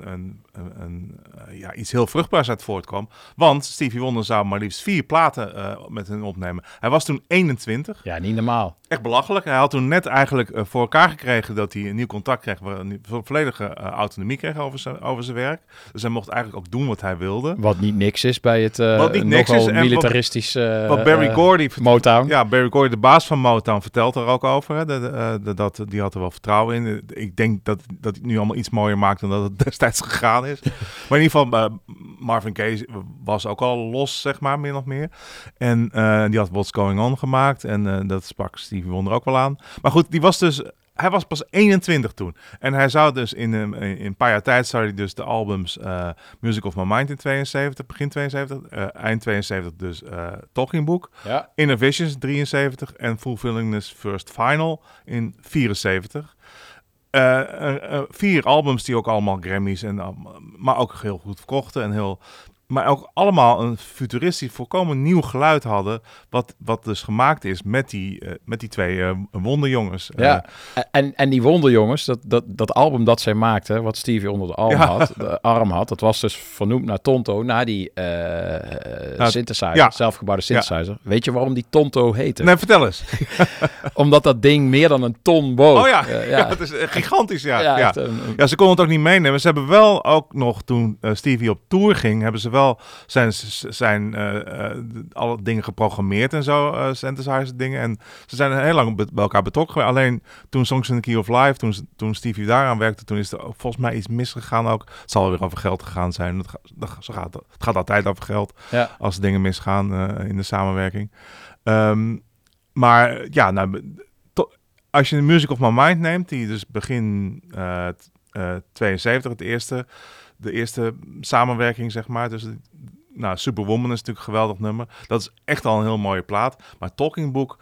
iets heel vruchtbaars uit voortkwam. Want Stevie Wonder zou maar liefst 4 platen met hen opnemen. Hij was toen 21. Ja, niet normaal. Echt belachelijk. Hij had toen net eigenlijk voor elkaar gekregen dat hij een nieuw contract kreeg. Waar hij volledige autonomie kreeg over zijn werk. Dus hij mocht eigenlijk ook doen wat hij wilde. Wat niet niks is bij het nogal militaristisch wat Barry Gordy, Motown. Ja, Barry Gordy, de baas van Motown, vertelt er ook over. Hè, die had er wel vertrouwen in. Ik denk dat het nu allemaal iets mooier maakt dan dat het destijds gegaan is. Maar in ieder geval, Marvin Gaye was ook al los, zeg maar, min of meer. En die had What's Going On gemaakt. En dat sprak Stevie Wonder ook wel aan. Maar goed, hij was pas 21 toen. En hij zou dus in een paar jaar tijd zou hij dus de albums Music of My Mind in 72, begin 72, eind 72 dus Talking Book, Inner Visions 73 en Fulfillingness First Final in 74. 4 albums die ook allemaal Grammys maar ook heel goed verkochten en maar ook allemaal een futuristisch, volkomen nieuw geluid hadden, wat dus gemaakt is met die 2 wonderjongens. Ja, en die wonderjongens, dat album dat zij maakte, wat Stevie onder de arm had, dat was dus vernoemd naar Tonto, naar die synthesizer, zelfgebouwde synthesizer. Ja. Weet je waarom die Tonto heette? Nee, vertel eens. Omdat dat ding meer dan een ton woog. Oh ja, het is gigantisch, ja. Ze konden het ook niet meenemen. Ze hebben wel ook nog, toen Stevie op tour ging, hebben ze wel zijn alle dingen geprogrammeerd en zo, synthesizer dingen. En ze zijn heel lang bij elkaar betrokken geweest. Alleen toen Songs in the Key of Life, toen Stevie daaraan werkte, toen is er volgens mij iets misgegaan ook. Het zal weer over geld gegaan zijn. Het gaat altijd over geld als dingen misgaan in de samenwerking. Maar ja, als je de Music of My Mind neemt, die dus begin 72 de eerste samenwerking, zeg maar. Dus, Superwoman is natuurlijk een geweldig nummer. Dat is echt al een heel mooie plaat. Maar Talking Book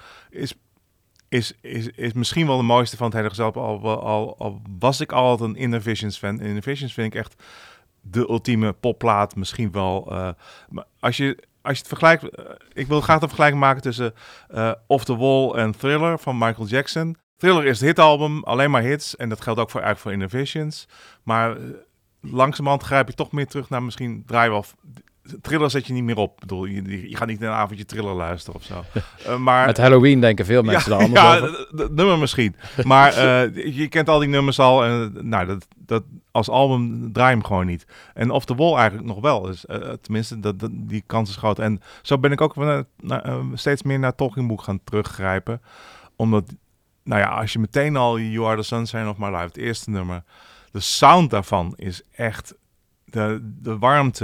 is misschien wel de mooiste van het hele gezelschap. Al was ik altijd een Inner Visions fan. Inner Visions vind ik echt de ultieme popplaat. Misschien wel. Maar als je het vergelijkt... ik wil graag een vergelijking maken tussen Off the Wall en Thriller van Michael Jackson. Thriller is het hitalbum, alleen maar hits. En dat geldt ook eigenlijk voor Inner Visions. Maar langzamerhand grijp je toch meer terug naar misschien draaien we af. Thriller zet je niet meer op. Ik bedoel, je gaat niet een avondje Thriller luisteren of zo. Maar met Halloween denken veel mensen daar anders over. Dat nummer misschien. Maar je kent al die nummers al. En dat als album draai je hem gewoon niet. En Off the Wall eigenlijk nog wel. Dus, tenminste, die kans is groot. En zo ben ik ook steeds meer naar Talking Book gaan teruggrijpen. Omdat, als je meteen al You Are the Sunshine of My Life, het eerste nummer, de sound daarvan is echt de warmte,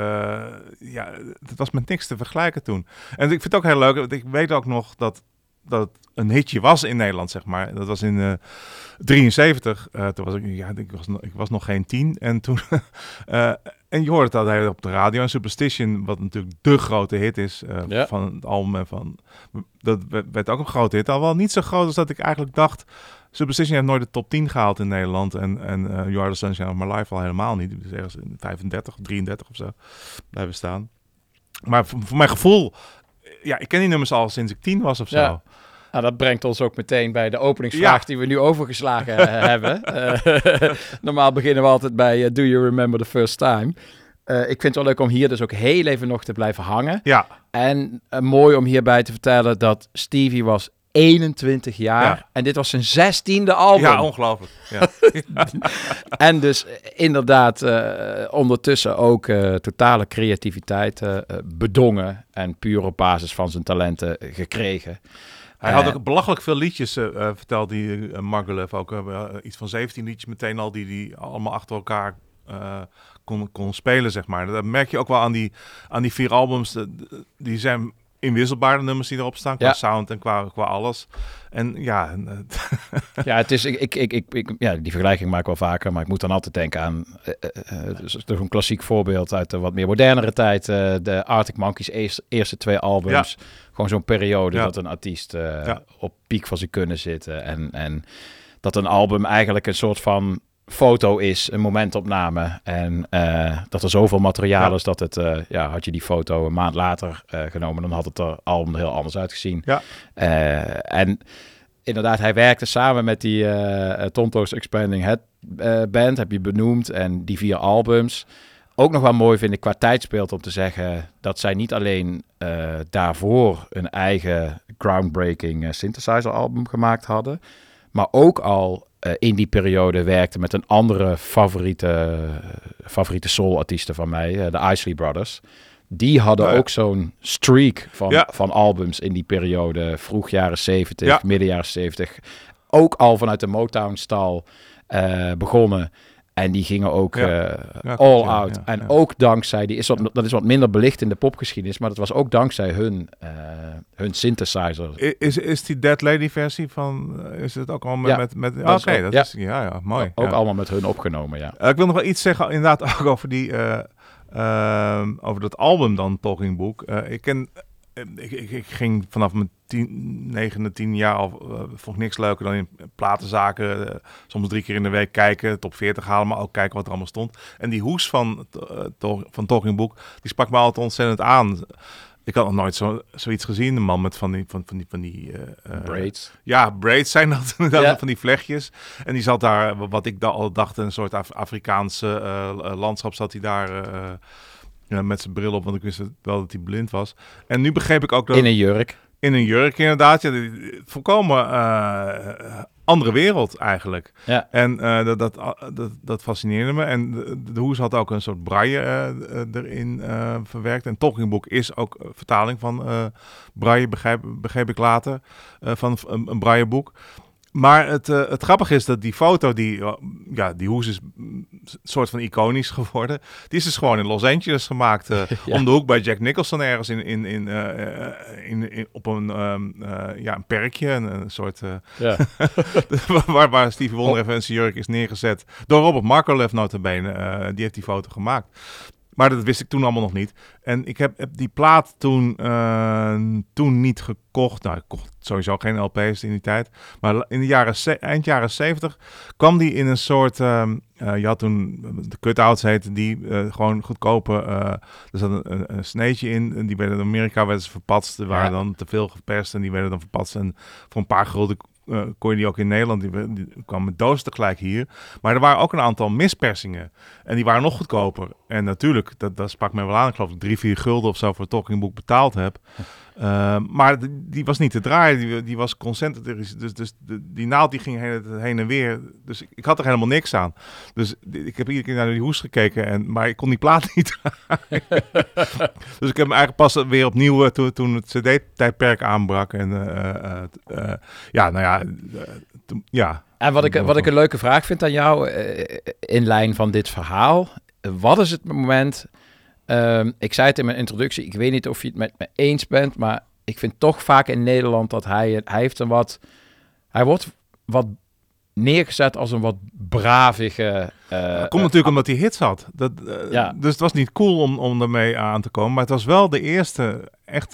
het was met niks te vergelijken toen. En ik vind het ook heel leuk, want ik weet ook nog dat het een hitje was in Nederland, zeg maar. Dat was in 73. Toen was ik was nog geen 10. En toen en je hoorde het altijd op de radio. En Superstition, wat natuurlijk de grote hit is van het album. Dat werd ook een grote hit. Al wel niet zo groot als dat ik eigenlijk dacht. Superstition heeft nooit de top 10 gehaald in Nederland. En You Are the Sunshine of My Life al helemaal niet. Dus ergens in 35 of 33 of zo blijven staan. Maar voor mijn gevoel, ik ken die nummers al sinds ik 10 was of zo. Ja. Nou, dat brengt ons ook meteen bij de openingsvraag die we nu overgeslagen hebben. Normaal beginnen we altijd bij Do You Remember the First Time? Ik vind het wel leuk om hier dus ook heel even nog te blijven hangen. Ja. En mooi om hierbij te vertellen dat Stevie was 21 jaar. En dit was zijn 16e album. Ja, ongelooflijk. Ja. En dus inderdaad ondertussen ook totale creativiteit bedongen en puur op basis van zijn talenten gekregen. Hij had ook belachelijk veel liedjes, vertelt die Margoulev ook. Iets van 17 liedjes meteen al die allemaal achter elkaar kon spelen, zeg maar. Dat merk je ook wel aan die 4 albums. Die zijn inwisselbare nummers die erop staan, qua sound en qua alles. En ja... het is... die vergelijking maak ik wel vaker, maar ik moet dan altijd denken aan... dus toch een klassiek voorbeeld uit de wat meer modernere tijd. De Arctic Monkeys eerste 2 albums. Ja. Gewoon zo'n periode dat een artiest op piek van zijn kunnen zitten. En dat een album eigenlijk een soort van foto is, een momentopname. En dat er zoveel materiaal is dat het... had je die foto een maand later genomen, dan had het er album er heel anders uitgezien. Ja. En inderdaad, hij werkte samen met die Tonto's Expanding Head band, heb je benoemd. En die 4 albums. Ook nog wel mooi vind ik qua tijdsbeeld om te zeggen dat zij niet alleen daarvoor een eigen groundbreaking synthesizer album gemaakt hadden, maar ook al in die periode werkte met een andere favoriete soul-artiesten van mij, de Isley Brothers. Die hadden ook zo'n streak van albums in die periode, vroeg jaren 70, midden jaren 70. Ook al vanuit de Motown-stal begonnen. En die gingen ook all out. Ja, en ook dankzij, dat is wat minder belicht in de popgeschiedenis, maar dat was ook dankzij hun synthesizer. Is die Dead Lady versie van, is het ook al met Oké, dat is mooi. Ook allemaal met hun opgenomen, ja. Ik wil nog wel iets zeggen, inderdaad, ook over die, over dat album dan, Talking Book. Ik ging vanaf mijn 9e, 10 jaar al, vond ik niks leuker dan in platenzaken, soms 3 keer in de week kijken, top 40 halen, maar ook kijken wat er allemaal stond. En die hoes van Talking Book, die sprak me altijd ontzettend aan. Ik had nog nooit zoiets gezien, een man met van die braids. Ja, braids zijn dat inderdaad, van die vlechtjes. En die zat daar, wat ik al dacht, een soort Afrikaanse landschap zat hij daar... met zijn bril op, want ik wist wel dat hij blind was. En nu begreep ik ook dat... In een jurk. In een jurk, inderdaad. Ja, volkomen andere wereld eigenlijk. Ja. En dat fascineerde me. En de hoes had ook een soort braille erin verwerkt. En Talking Book is ook vertaling van braille, begreep ik later. Van een brailleboek. Maar het grappige is dat die foto, die hoes is een soort van iconisch geworden. Die is dus gewoon in Los Angeles gemaakt. Om de hoek bij Jack Nicholson ergens op een perkje. Een soort... waar Stevie Wonder even in zijn jurk is neergezet. Door Robert Markolev notabene. Die heeft die foto gemaakt. Maar dat wist ik toen allemaal nog niet. En ik heb die plaat toen niet gekocht. Nou, ik kocht sowieso geen LP's in die tijd. Maar in de eind jaren 70 kwam die in een soort... je had toen, de cutouts heette die, gewoon goedkope... er zat een sneetje in. En die werden in Amerika werden ze verpatst. Er waren dan te veel geperst en die werden dan verpatst. En voor een paar gulden kon je die ook in Nederland. Die kwam met doos tegelijk hier. Maar er waren ook een aantal mispersingen. En die waren nog goedkoper. En natuurlijk, dat sprak mij wel aan. Ik geloof dat ik 3-4 gulden of zo voor het Talking Book betaald heb. Maar die was niet te draaien. Die was concentrisch. Dus die naald die ging heen en weer. Dus ik had er helemaal niks aan. Dus ik heb iedere keer naar die hoes gekeken. Maar ik kon die plaat niet draaien. Dus ik heb me eigenlijk pas weer opnieuw toen het CD-tijdperk aanbrak. En En wat ik een leuke vraag vind aan jou, in lijn van dit verhaal. Wat is het moment... ik zei het in mijn introductie, ik weet niet of je het met me eens bent, maar ik vind toch vaak in Nederland dat hij wordt wat neergezet als een wat bravige... dat komt natuurlijk omdat hij hits had. Dus het was niet cool om ermee aan te komen, maar het was wel de eerste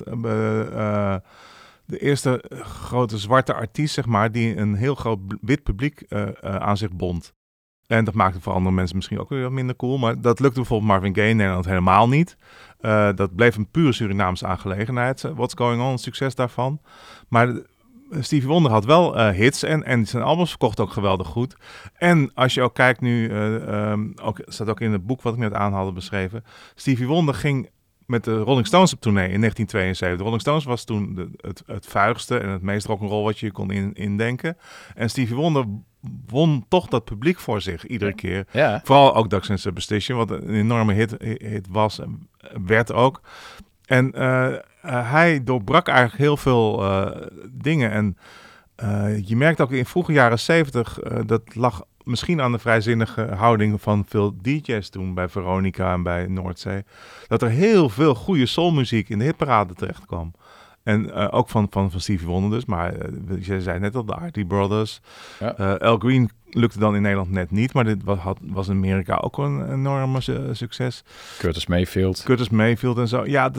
de eerste grote zwarte artiest, zeg maar, die een heel groot wit publiek aan zich bond. En dat maakte voor andere mensen misschien ook weer wat minder cool. Maar dat lukte bijvoorbeeld Marvin Gaye in Nederland helemaal niet. Dat bleef een puur Surinaamse aangelegenheid. What's Going On, het succes daarvan. Maar Stevie Wonder had wel hits en zijn albums verkocht ook geweldig goed. En als je ook kijkt nu, staat ook in het boek wat ik net aanhaalde beschreven. Stevie Wonder ging met de Rolling Stones op tournee in 1972. De Rolling Stones was toen het vuigste en het meest rock'n'roll wat je kon indenken. En Stevie Wonder won toch dat publiek voor zich iedere keer. Ja. Vooral ook Ducks and Superstition, wat een enorme hit was en werd ook. En hij doorbrak eigenlijk heel veel dingen. En je merkt ook in vroege jaren 70, dat lag misschien aan de vrijzinnige houding van veel DJ's toen bij Veronica en bij Noordzee, dat er heel veel goede soulmuziek in de hitparade terecht kwam. En ook van Stevie Wonder dus, maar je zei net al, de Isley Brothers. Ja. Al Green lukte dan in Nederland net niet, maar dit was in Amerika ook een enorme succes. Curtis Mayfield en zo. Ja,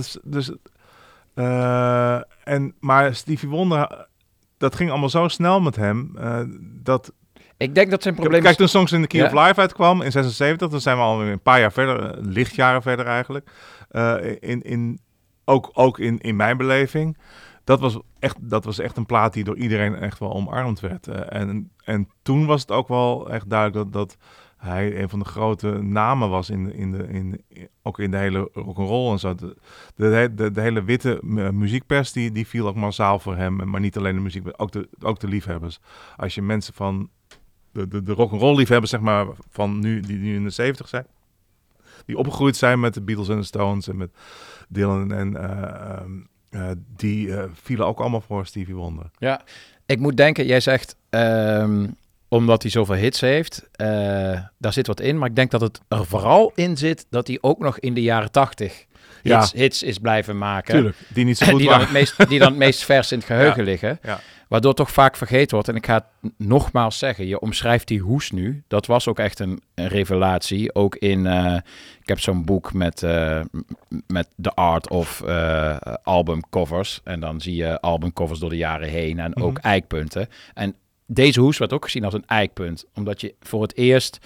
maar Stevie Wonder, dat ging allemaal zo snel met hem, dat Ik denk dat zijn probleem Kijk, toen Songs in the Key Ja. of Life uitkwam in 76, dan zijn we alweer een paar jaar verder, lichtjaren verder eigenlijk. Ook in mijn beleving. Dat was echt een plaat die door iedereen echt wel omarmd werd. En toen was het ook wel echt duidelijk dat hij een van de grote namen was ook in de hele rock'n'roll en zo. De hele witte muziekpers die viel ook massaal voor hem. Maar niet alleen de muziek, ook de liefhebbers. Als je mensen van de rock'n'roll liefhebbers, zeg maar, van nu, die nu in de 70 zijn, die opgegroeid zijn met de Beatles en de Stones en met Dylan en die vielen ook allemaal voor Stevie Wonder. Ja, ik moet denken, jij zegt omdat hij zoveel hits heeft, daar zit wat in. Maar ik denk dat het er vooral in zit dat hij ook nog in de jaren 80 hits is blijven maken. Tuurlijk, die niet zo goed die dan het meest vers in het geheugen liggen. Ja. Waardoor toch vaak vergeten wordt. En ik ga het nogmaals zeggen, je omschrijft die hoes nu. Dat was ook echt een revelatie. Ook in, ik heb zo'n boek met The Art of albumcovers. En dan zie je albumcovers door de jaren heen en ook eikpunten. En deze hoes werd ook gezien als een eikpunt. Omdat je voor het eerst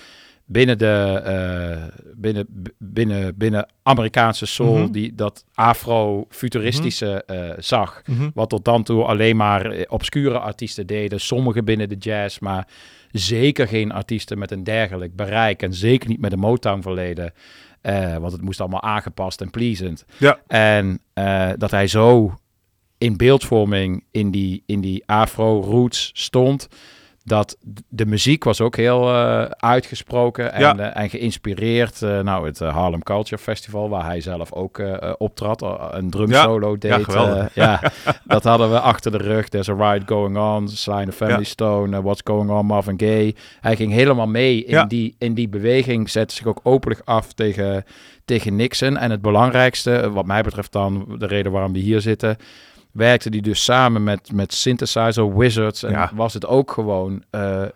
binnen Amerikaanse soul dat afro-futuristische zag. Wat tot dan toe alleen maar obscure artiesten deden. Sommigen binnen de jazz, maar zeker geen artiesten met een dergelijk bereik. En zeker niet met een Motown-verleden. Want het moest allemaal aangepast en pleasant. Ja. En dat hij zo in beeldvorming in die afro-roots stond, dat de muziek was ook heel uitgesproken en geïnspireerd. Het Harlem Culture Festival, waar hij zelf ook optrad, een drumsolo deed. Dat hadden we achter de rug. There's a Riot Going On, Sly and the Family Stone, What's Going On, Marvin Gaye. Hij ging helemaal mee in die beweging, zette zich ook openlijk af tegen Nixon. En het belangrijkste, wat mij betreft dan, de reden waarom we hier zitten, werkte die dus samen met Synthesizer Wizards. En was het ook gewoon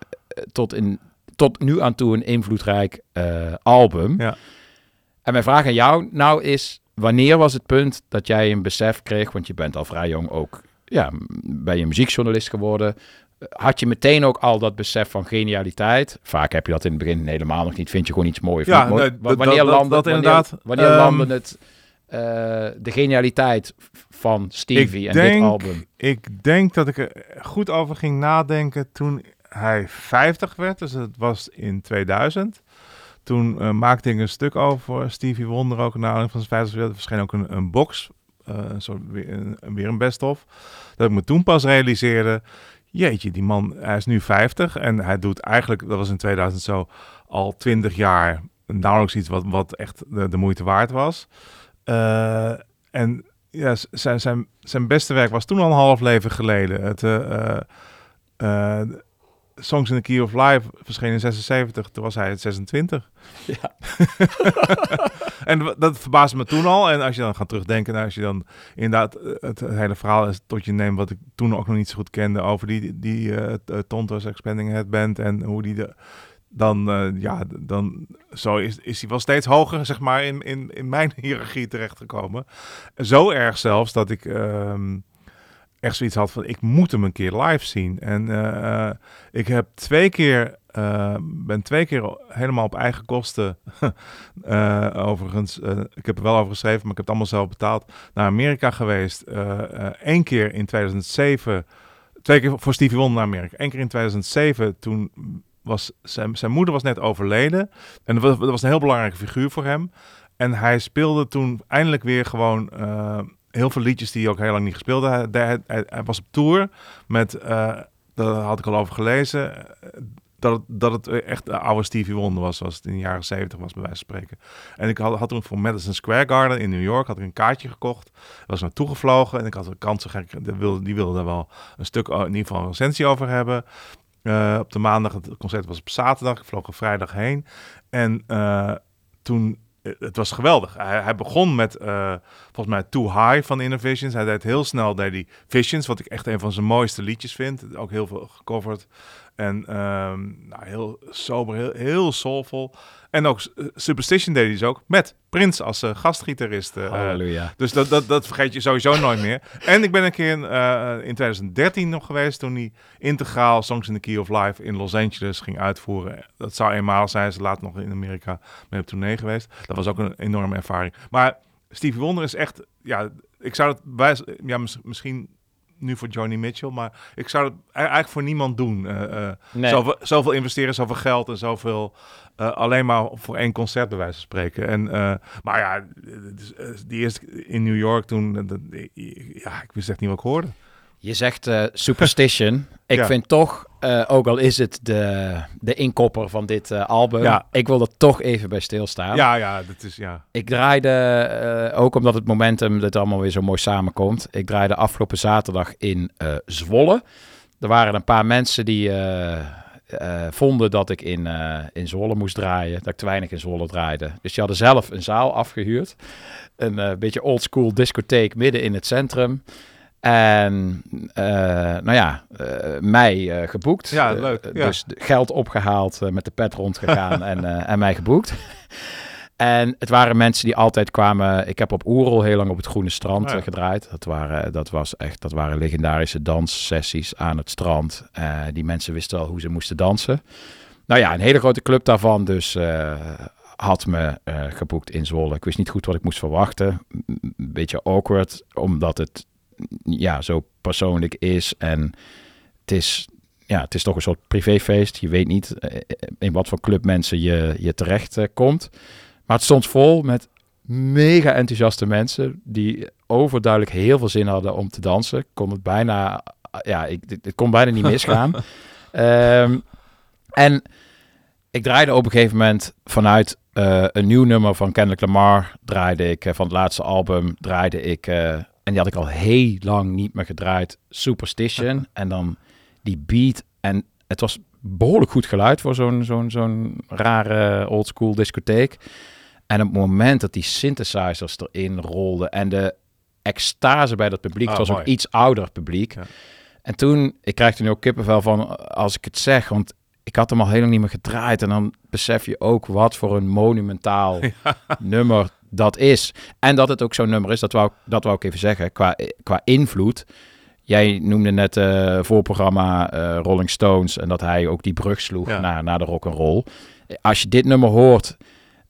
tot nu aan toe een invloedrijk album. Ja. En mijn vraag aan jou nou is, wanneer was het punt dat jij een besef kreeg, want je bent al vrij jong ook, ben je muziekjournalist geworden. Had je meteen ook al dat besef van genialiteit? Vaak heb je dat in het begin helemaal nog niet. Vind je gewoon iets moois. Wanneer landde het de genialiteit van Stevie dit album? Ik denk dat ik er goed over ging nadenken toen hij 50 werd. Dus het was in 2000. Toen maakte ik een stuk over Stevie Wonder, ook naar aanleiding van zijn 50 jaar. Er verscheen ook een box, weer een best-of. Dat ik me toen pas realiseerde, jeetje, die man, hij is nu 50 en hij doet eigenlijk, dat was in 2000 zo, al 20 jaar nauwelijks iets wat echt de moeite waard was. En ja, zijn beste werk was toen al een half leven geleden. Songs in the Key of Life verscheen in 76, toen was hij 26. Ja. En dat verbaasde me toen al. En als je dan gaat terugdenken, als je dan inderdaad het hele verhaal tot je neemt, wat ik toen ook nog niet zo goed kende, over die Tonto's Expanding Headband en hoe die dan zo is hij wel steeds hoger, zeg maar, in mijn hiërarchie terechtgekomen. Zo erg zelfs dat ik echt zoiets had van, ik moet hem een keer live zien. En ik heb ben twee keer helemaal op eigen kosten, overigens, ik heb er wel over geschreven, maar ik heb het allemaal zelf betaald, naar Amerika geweest. 1 keer in 2007, 2 keer voor Stevie Wonder naar Amerika. 1 keer in 2007, toen was zijn moeder was net overleden. En dat was een heel belangrijke figuur voor hem. En hij speelde toen eindelijk weer gewoon heel veel liedjes die hij ook heel lang niet gespeeld had. Hij was op tour met, daar had ik al over gelezen, dat het echt de oude Stevie Wonder was, zoals het in de jaren 70 was, bij wijze van spreken. En ik had toen voor Madison Square Garden in New York had ik een kaartje gekocht. Was naartoe gevlogen en ik had een kans, die wilde daar wel een stuk, in ieder geval een recensie over hebben. Op de maandag, het concert was op zaterdag, ik vloog er vrijdag heen. En toen, het was geweldig. Hij begon met, volgens mij, Too High van Inner Visions. Hij deed heel snel die Visions, wat ik echt een van zijn mooiste liedjes vind. Ook heel veel gecoverd. En heel sober, heel soulful. En ook Superstition deed hij dus ook met Prince als gastgitarist. Halleluja. Dus dat vergeet je sowieso nooit meer. En ik ben een keer in 2013 nog geweest toen hij integraal Songs in the Key of Life in Los Angeles ging uitvoeren. Dat zou eenmaal zijn. Ze later nog in Amerika mee op tournee geweest. Dat was ook een enorme ervaring. Maar Stevie Wonder is echt... Ja, ik zou het... misschien nu voor Joni Mitchell, maar ik zou het eigenlijk voor niemand doen. Nee. Zoveel investeren, zoveel geld en zoveel... alleen maar voor 1 concert bij wijze van spreken. En, maar ja, die eerste in New York toen... ik wist echt niet wat ik hoorde. Je zegt Superstition. Ik vind toch, ook al is het de inkopper van dit album... Ik wil er toch even bij stilstaan. Ja, dat is... Ja. Ik draaide, ook omdat het momentum dat allemaal weer zo mooi samenkomt... Ik draaide afgelopen zaterdag in Zwolle. Er waren een paar mensen die... vonden dat ik in Zwolle moest draaien. Dat ik te weinig in Zwolle draaide. Dus die hadden zelf een zaal afgehuurd. Een beetje oldschool discotheek midden in het centrum. En mij geboekt. Ja, leuk. Dus geld opgehaald, met de pet rondgegaan en mij geboekt. En het waren mensen die altijd kwamen... Ik heb op Oerol heel lang op het Groene Strand gedraaid. Dat waren legendarische danssessies aan het strand. Die mensen wisten al hoe ze moesten dansen. Nou ja, een hele grote club daarvan dus had me geboekt in Zwolle. Ik wist niet goed wat ik moest verwachten. Een beetje awkward, omdat het zo persoonlijk is. En het is toch een soort privéfeest. Je weet niet in wat voor club mensen je terecht komt. Maar het stond vol met mega enthousiaste mensen die overduidelijk heel veel zin hadden om te dansen. Kon het bijna, het kon bijna niet misgaan. En ik draaide op een gegeven moment vanuit een nieuw nummer van Kendrick Lamar draaide ik van het laatste album en die had ik al heel lang niet meer gedraaid. Superstition en dan die beat en het was behoorlijk goed geluid voor zo'n rare oldschool discotheek. En op het moment dat die synthesizers erin rolden en de extase bij dat publiek, het was mooi. ook iets ouder publiek. Ja. En toen, ik krijg er nu ook kippenvel van als ik het zeg, want ik had hem al heel lang niet meer gedraaid. En dan besef je ook wat voor een monumentaal nummer dat is. En dat het ook zo'n nummer is, dat wou ik even zeggen, qua invloed. Jij noemde net voorprogramma Rolling Stones en dat hij ook die brug sloeg naar de rock'n'roll. Als je dit nummer hoort,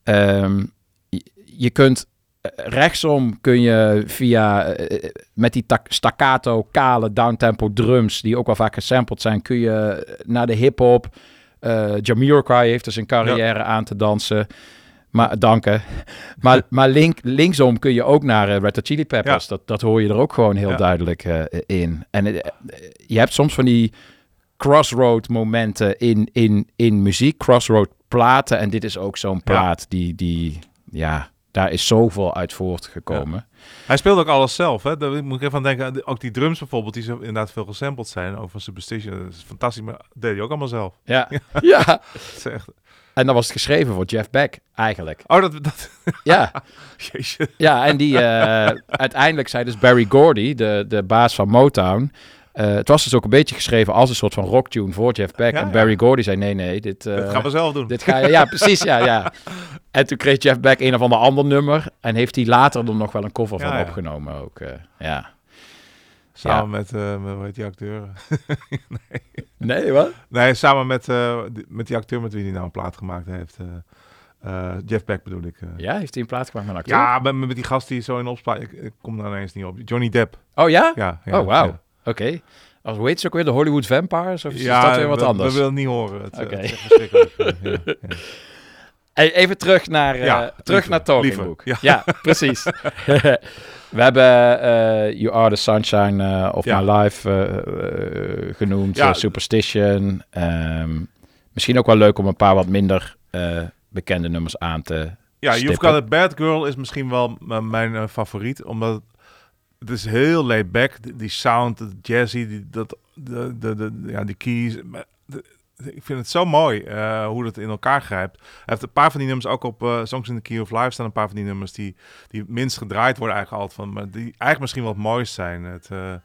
je kunt rechtsom kun je via met die staccato, kale, downtempo drums die ook wel vaak gesampled zijn, kun je naar de hip-hop. Jamiroquai heeft er zijn carrière aan te dansen. Maar danken. Maar linksom kun je ook naar Red Hot Chili Peppers. Ja. Dat hoor je er ook gewoon heel duidelijk in. En je hebt soms van die crossroad momenten in muziek, crossroad platen. En dit is ook zo'n plaat die daar is zoveel uit voortgekomen. Ja. Hij speelde ook alles zelf, hè? Daar moet ik even aan denken. Ook die drums bijvoorbeeld, die zo inderdaad veel gesampled zijn. Ook van Superstition, dat is fantastisch. Maar dat deed hij ook allemaal zelf. Ja, ja. Dat is echt... En dan was het geschreven voor Jeff Beck, eigenlijk. Oh, dat... Ja. Jeetje. Ja, en die uiteindelijk zei dus Barry Gordy, de baas van Motown... het was dus ook een beetje geschreven als een soort van rocktune voor Jeff Beck. Ja, en Barry Gordy zei, nee, dit gaan we zelf doen. Dit ga je, ja, precies, ja. En toen kreeg Jeff Beck een of ander nummer. En heeft hij later er nog wel een cover van opgenomen ook. Samen met hoe heet die acteur? Nee, wat? Nee, samen met die acteur met wie hij nou een plaat gemaakt heeft. Jeff Beck bedoel ik. Ja, heeft hij een plaat gemaakt met een acteur? Ja, met die gast die zo in opspraak. Ik kom daar ineens niet op. Johnny Depp. Oh ja? Ja. Oh, wauw. Ja. Oké. Hoe heet ze ook weer? De Hollywood Vampires? Of is dat weer wat anders? We willen het niet horen. Het is echt verschrikkelijk. Hey, even terug naar Talking Book. Ja, precies. We hebben You Are the Sunshine of My Life genoemd. Superstition. Misschien ook wel leuk om een paar wat minder bekende nummers aan te stippen. You've Got a Bad Girl is misschien wel mijn favoriet. Omdat het is heel laid back. Die sound, de jazzy, die keys. Ik vind het zo mooi hoe dat in elkaar grijpt. Hij heeft een paar van die nummers ook op Songs in the Key of Life staan. Een paar van die nummers die minst gedraaid worden eigenlijk altijd van. Maar die eigenlijk misschien wel het mooist zijn.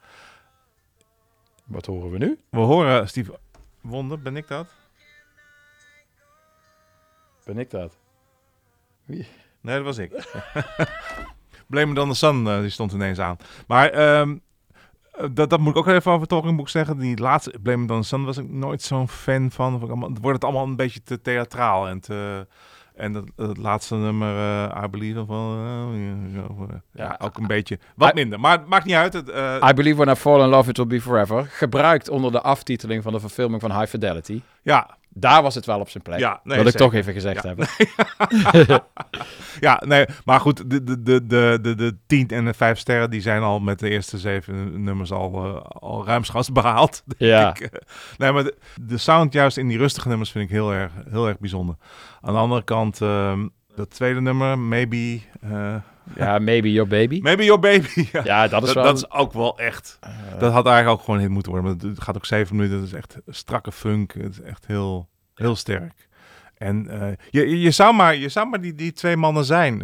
Wat horen we nu? We horen Steve Wonder. Ben ik dat? Ben ik dat? Nee, dat was ik. Blame It on the Sun, die stond ineens aan. Maar dat moet ik ook even over Talking Book zeggen. Die laatste, Blame It on the Sun, was ik nooit zo'n fan van. Wordt het allemaal een beetje te theatraal en het laatste nummer, I Believe, ook een beetje wat minder. Maar het maakt niet uit. I Believe When I Fall in Love It Will Be Forever. Gebruikt onder de aftiteling van de verfilming van High Fidelity. Ja. Daar was het wel op zijn plek. Ja, nee, wil ik zeker. toch even gezegd hebben. Ja, nee, maar goed, de 10 en de 5 sterren, die zijn al met de eerste 7 nummers al ruimschoots behaald. Ja. Nee, maar de sound juist in die rustige nummers vind ik heel erg bijzonder. Aan de andere kant, dat tweede nummer, Maybe... Maybe Your Baby. Maybe Your Baby. Ja, dat is wel... Dat is ook wel echt... dat had eigenlijk ook gewoon hit moeten worden. Maar het gaat ook 7 minuten. Dat is echt strakke funk. Het is echt heel sterk. En je zou maar die 2 mannen zijn.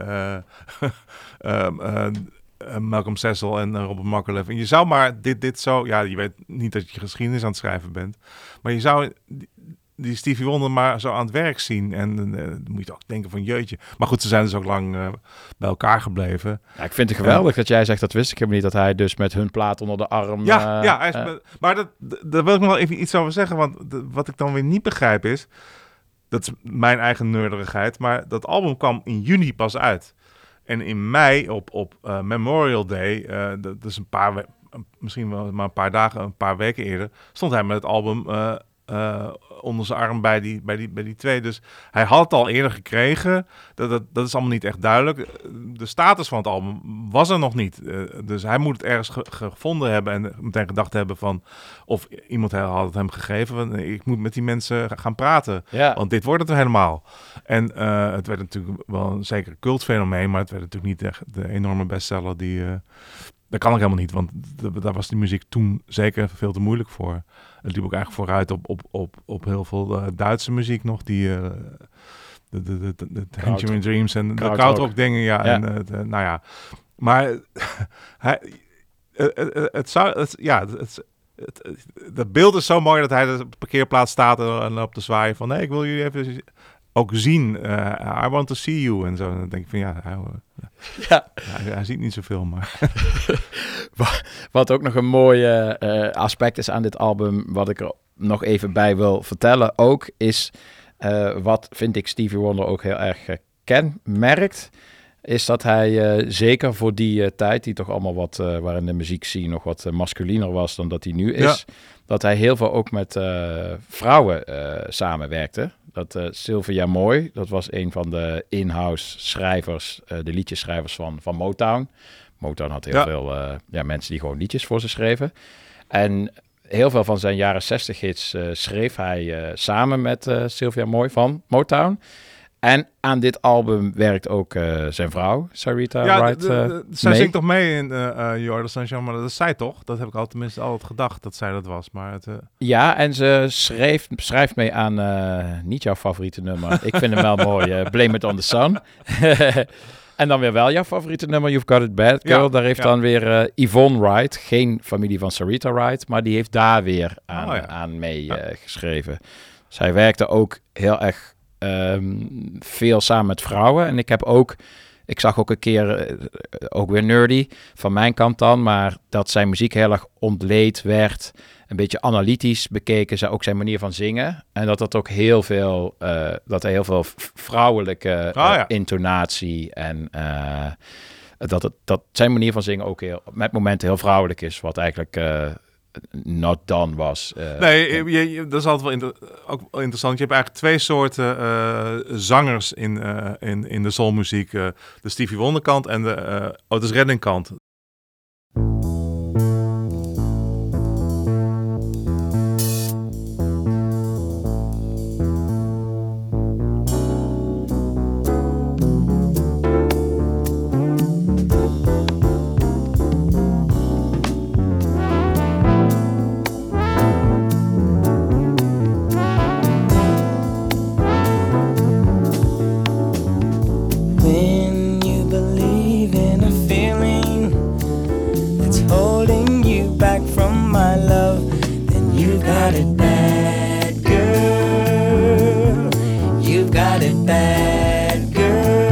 Malcolm Cecil en Robert Mocklef. En je zou maar dit zo... Ja, je weet niet dat je geschiedenis aan het schrijven bent. Maar je zou... die Stevie Wonder maar zo aan het werk zien. En dan moet je ook denken van jeetje. Maar goed, ze zijn dus ook lang bij elkaar gebleven. Ja, ik vind het geweldig dat jij zegt, dat wist ik helemaal niet, dat hij dus met hun plaat onder de arm... Maar daar wil ik nog wel even iets over zeggen. Want wat ik dan weer niet begrijp is... Dat is mijn eigen nerderigheid. Maar dat album kwam in juni pas uit. En in mei op Memorial Day... dat is misschien wel maar een paar dagen, een paar weken eerder... stond hij met het album... onder zijn arm bij die 2. Dus hij had het al eerder gekregen. Dat is allemaal niet echt duidelijk. De status van het album was er nog niet. Dus hij moet het ergens gevonden hebben en meteen gedacht hebben van... Of iemand had het hem gegeven. Van, ik moet met die mensen gaan praten. Ja. Want dit wordt het helemaal. En het werd natuurlijk wel een zeker cultfenomeen. Maar het werd natuurlijk niet echt de enorme bestseller die... Dat kan ik helemaal niet, want daar was die muziek toen zeker veel te moeilijk voor. Het liep ook eigenlijk vooruit op heel veel Duitse muziek nog, die de Tangerine Dreams en de krautrock dingen, ja. Ja. En nou ja, maar dat beeld is zo mooi dat hij op de parkeerplaats staat en op te zwaaien van, nee, ik wil jullie even ook zien. I want to see you en zo. En dan denk ik van hij ziet niet zoveel, maar... Wat ook nog een mooi aspect is aan dit album, wat ik er nog even bij wil vertellen ook, is wat vind ik Stevie Wonder ook heel erg kenmerkt, is dat hij zeker voor die tijd, die toch allemaal wat, waarin de muziek nog wat masculiner was dan dat hij nu is, dat hij heel veel ook met vrouwen samenwerkte. Dat Sylvia Moy, dat was een van de in-house schrijvers, de liedjeschrijvers van Motown. Motown had heel veel mensen die gewoon liedjes voor ze schreven. En heel veel van zijn jaren 60 hits schreef hij samen met Sylvia Moy van Motown. En aan dit album werkt ook zijn vrouw, Sarita Wright, zij zingt toch mee in You Are The Sunshine, maar dat is zij toch? Dat heb ik tenminste altijd gedacht dat zij dat was. Maar Ja, en ze schrijft mee aan niet jouw favoriete nummer. Ik vind hem wel mooi, Blame It On The Sun. En dan weer wel jouw favoriete nummer, You've Got It Bad Girl. Daar heeft dan weer Yvonne Wright, geen familie van Sarita Wright, maar die heeft daar weer aan mee geschreven. Zij werkte ook heel erg veel samen met vrouwen. En ik zag ook een keer, ook weer nerdy, van mijn kant dan, maar dat zijn muziek heel erg ontleed werd, een beetje analytisch bekeken, ook zijn manier van zingen. En dat ook heel veel, dat er heel veel vrouwelijke intonatie en dat zijn manier van zingen ook met momenten heel vrouwelijk is, wat eigenlijk not done was. Dat is altijd wel ook interessant. Je hebt eigenlijk 2 soorten zangers in de soulmuziek. De Stevie Wonder kant en de Otis Redding kant. Bad girl.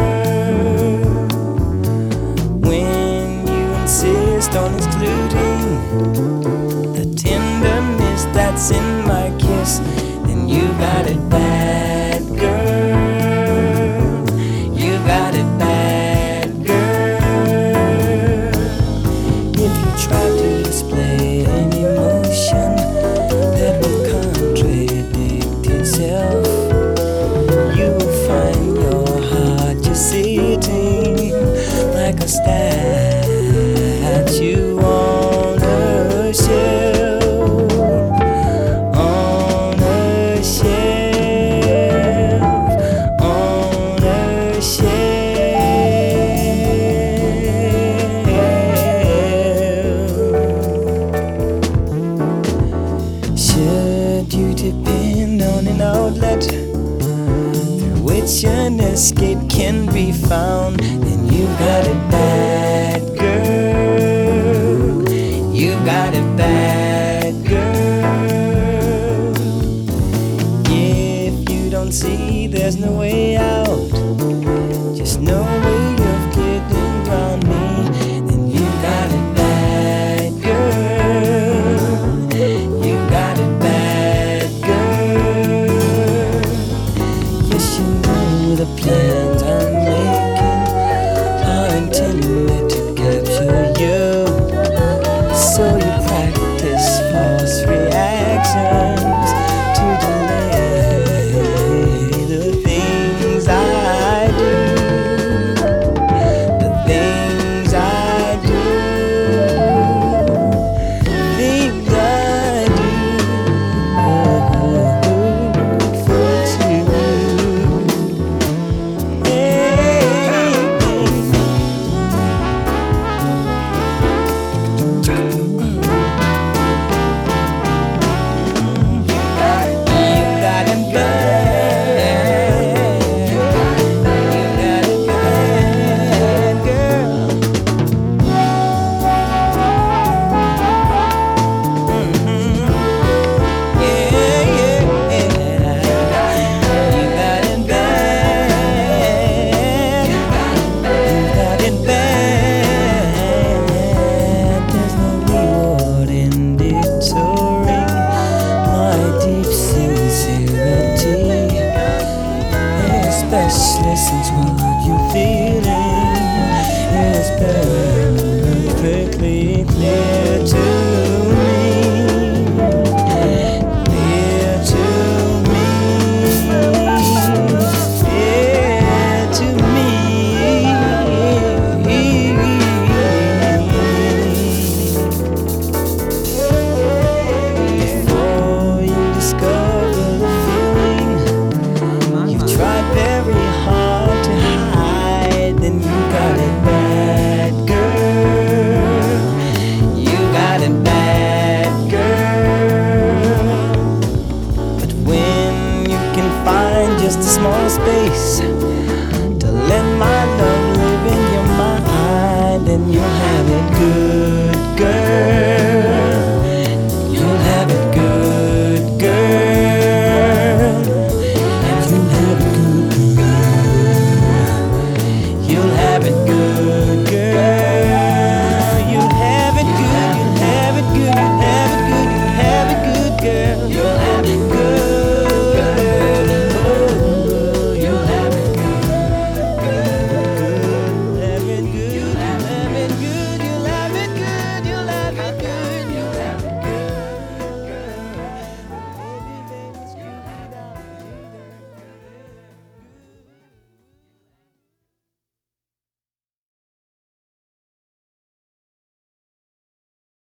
what's in my kiss, then you got it bad, girl. You got it bad, girl. If you try to display an emotion that will contradict itself, you will find your heart just sitting like a statue on a shelf, on a shelf, on a shelf. Should you depend on an outlet through which an escape can be found, then you got it bad, girl. You got it bad, girl. If you don't see there's no way out, just no way of getting around me, then you got it bad, girl. You got it bad, girl. Yes, you know the plans I'm making are intended to capture you, so you practice false reactions to delay the things I do, the things I do, things I do for you. Especially since what you're feeling is perfectly clear to me. Clear to me. Clear to me. Before you discover the feeling you've tried very hard to hide, then you got it bad, girl. You got it bad, girl. But when you can find just a small space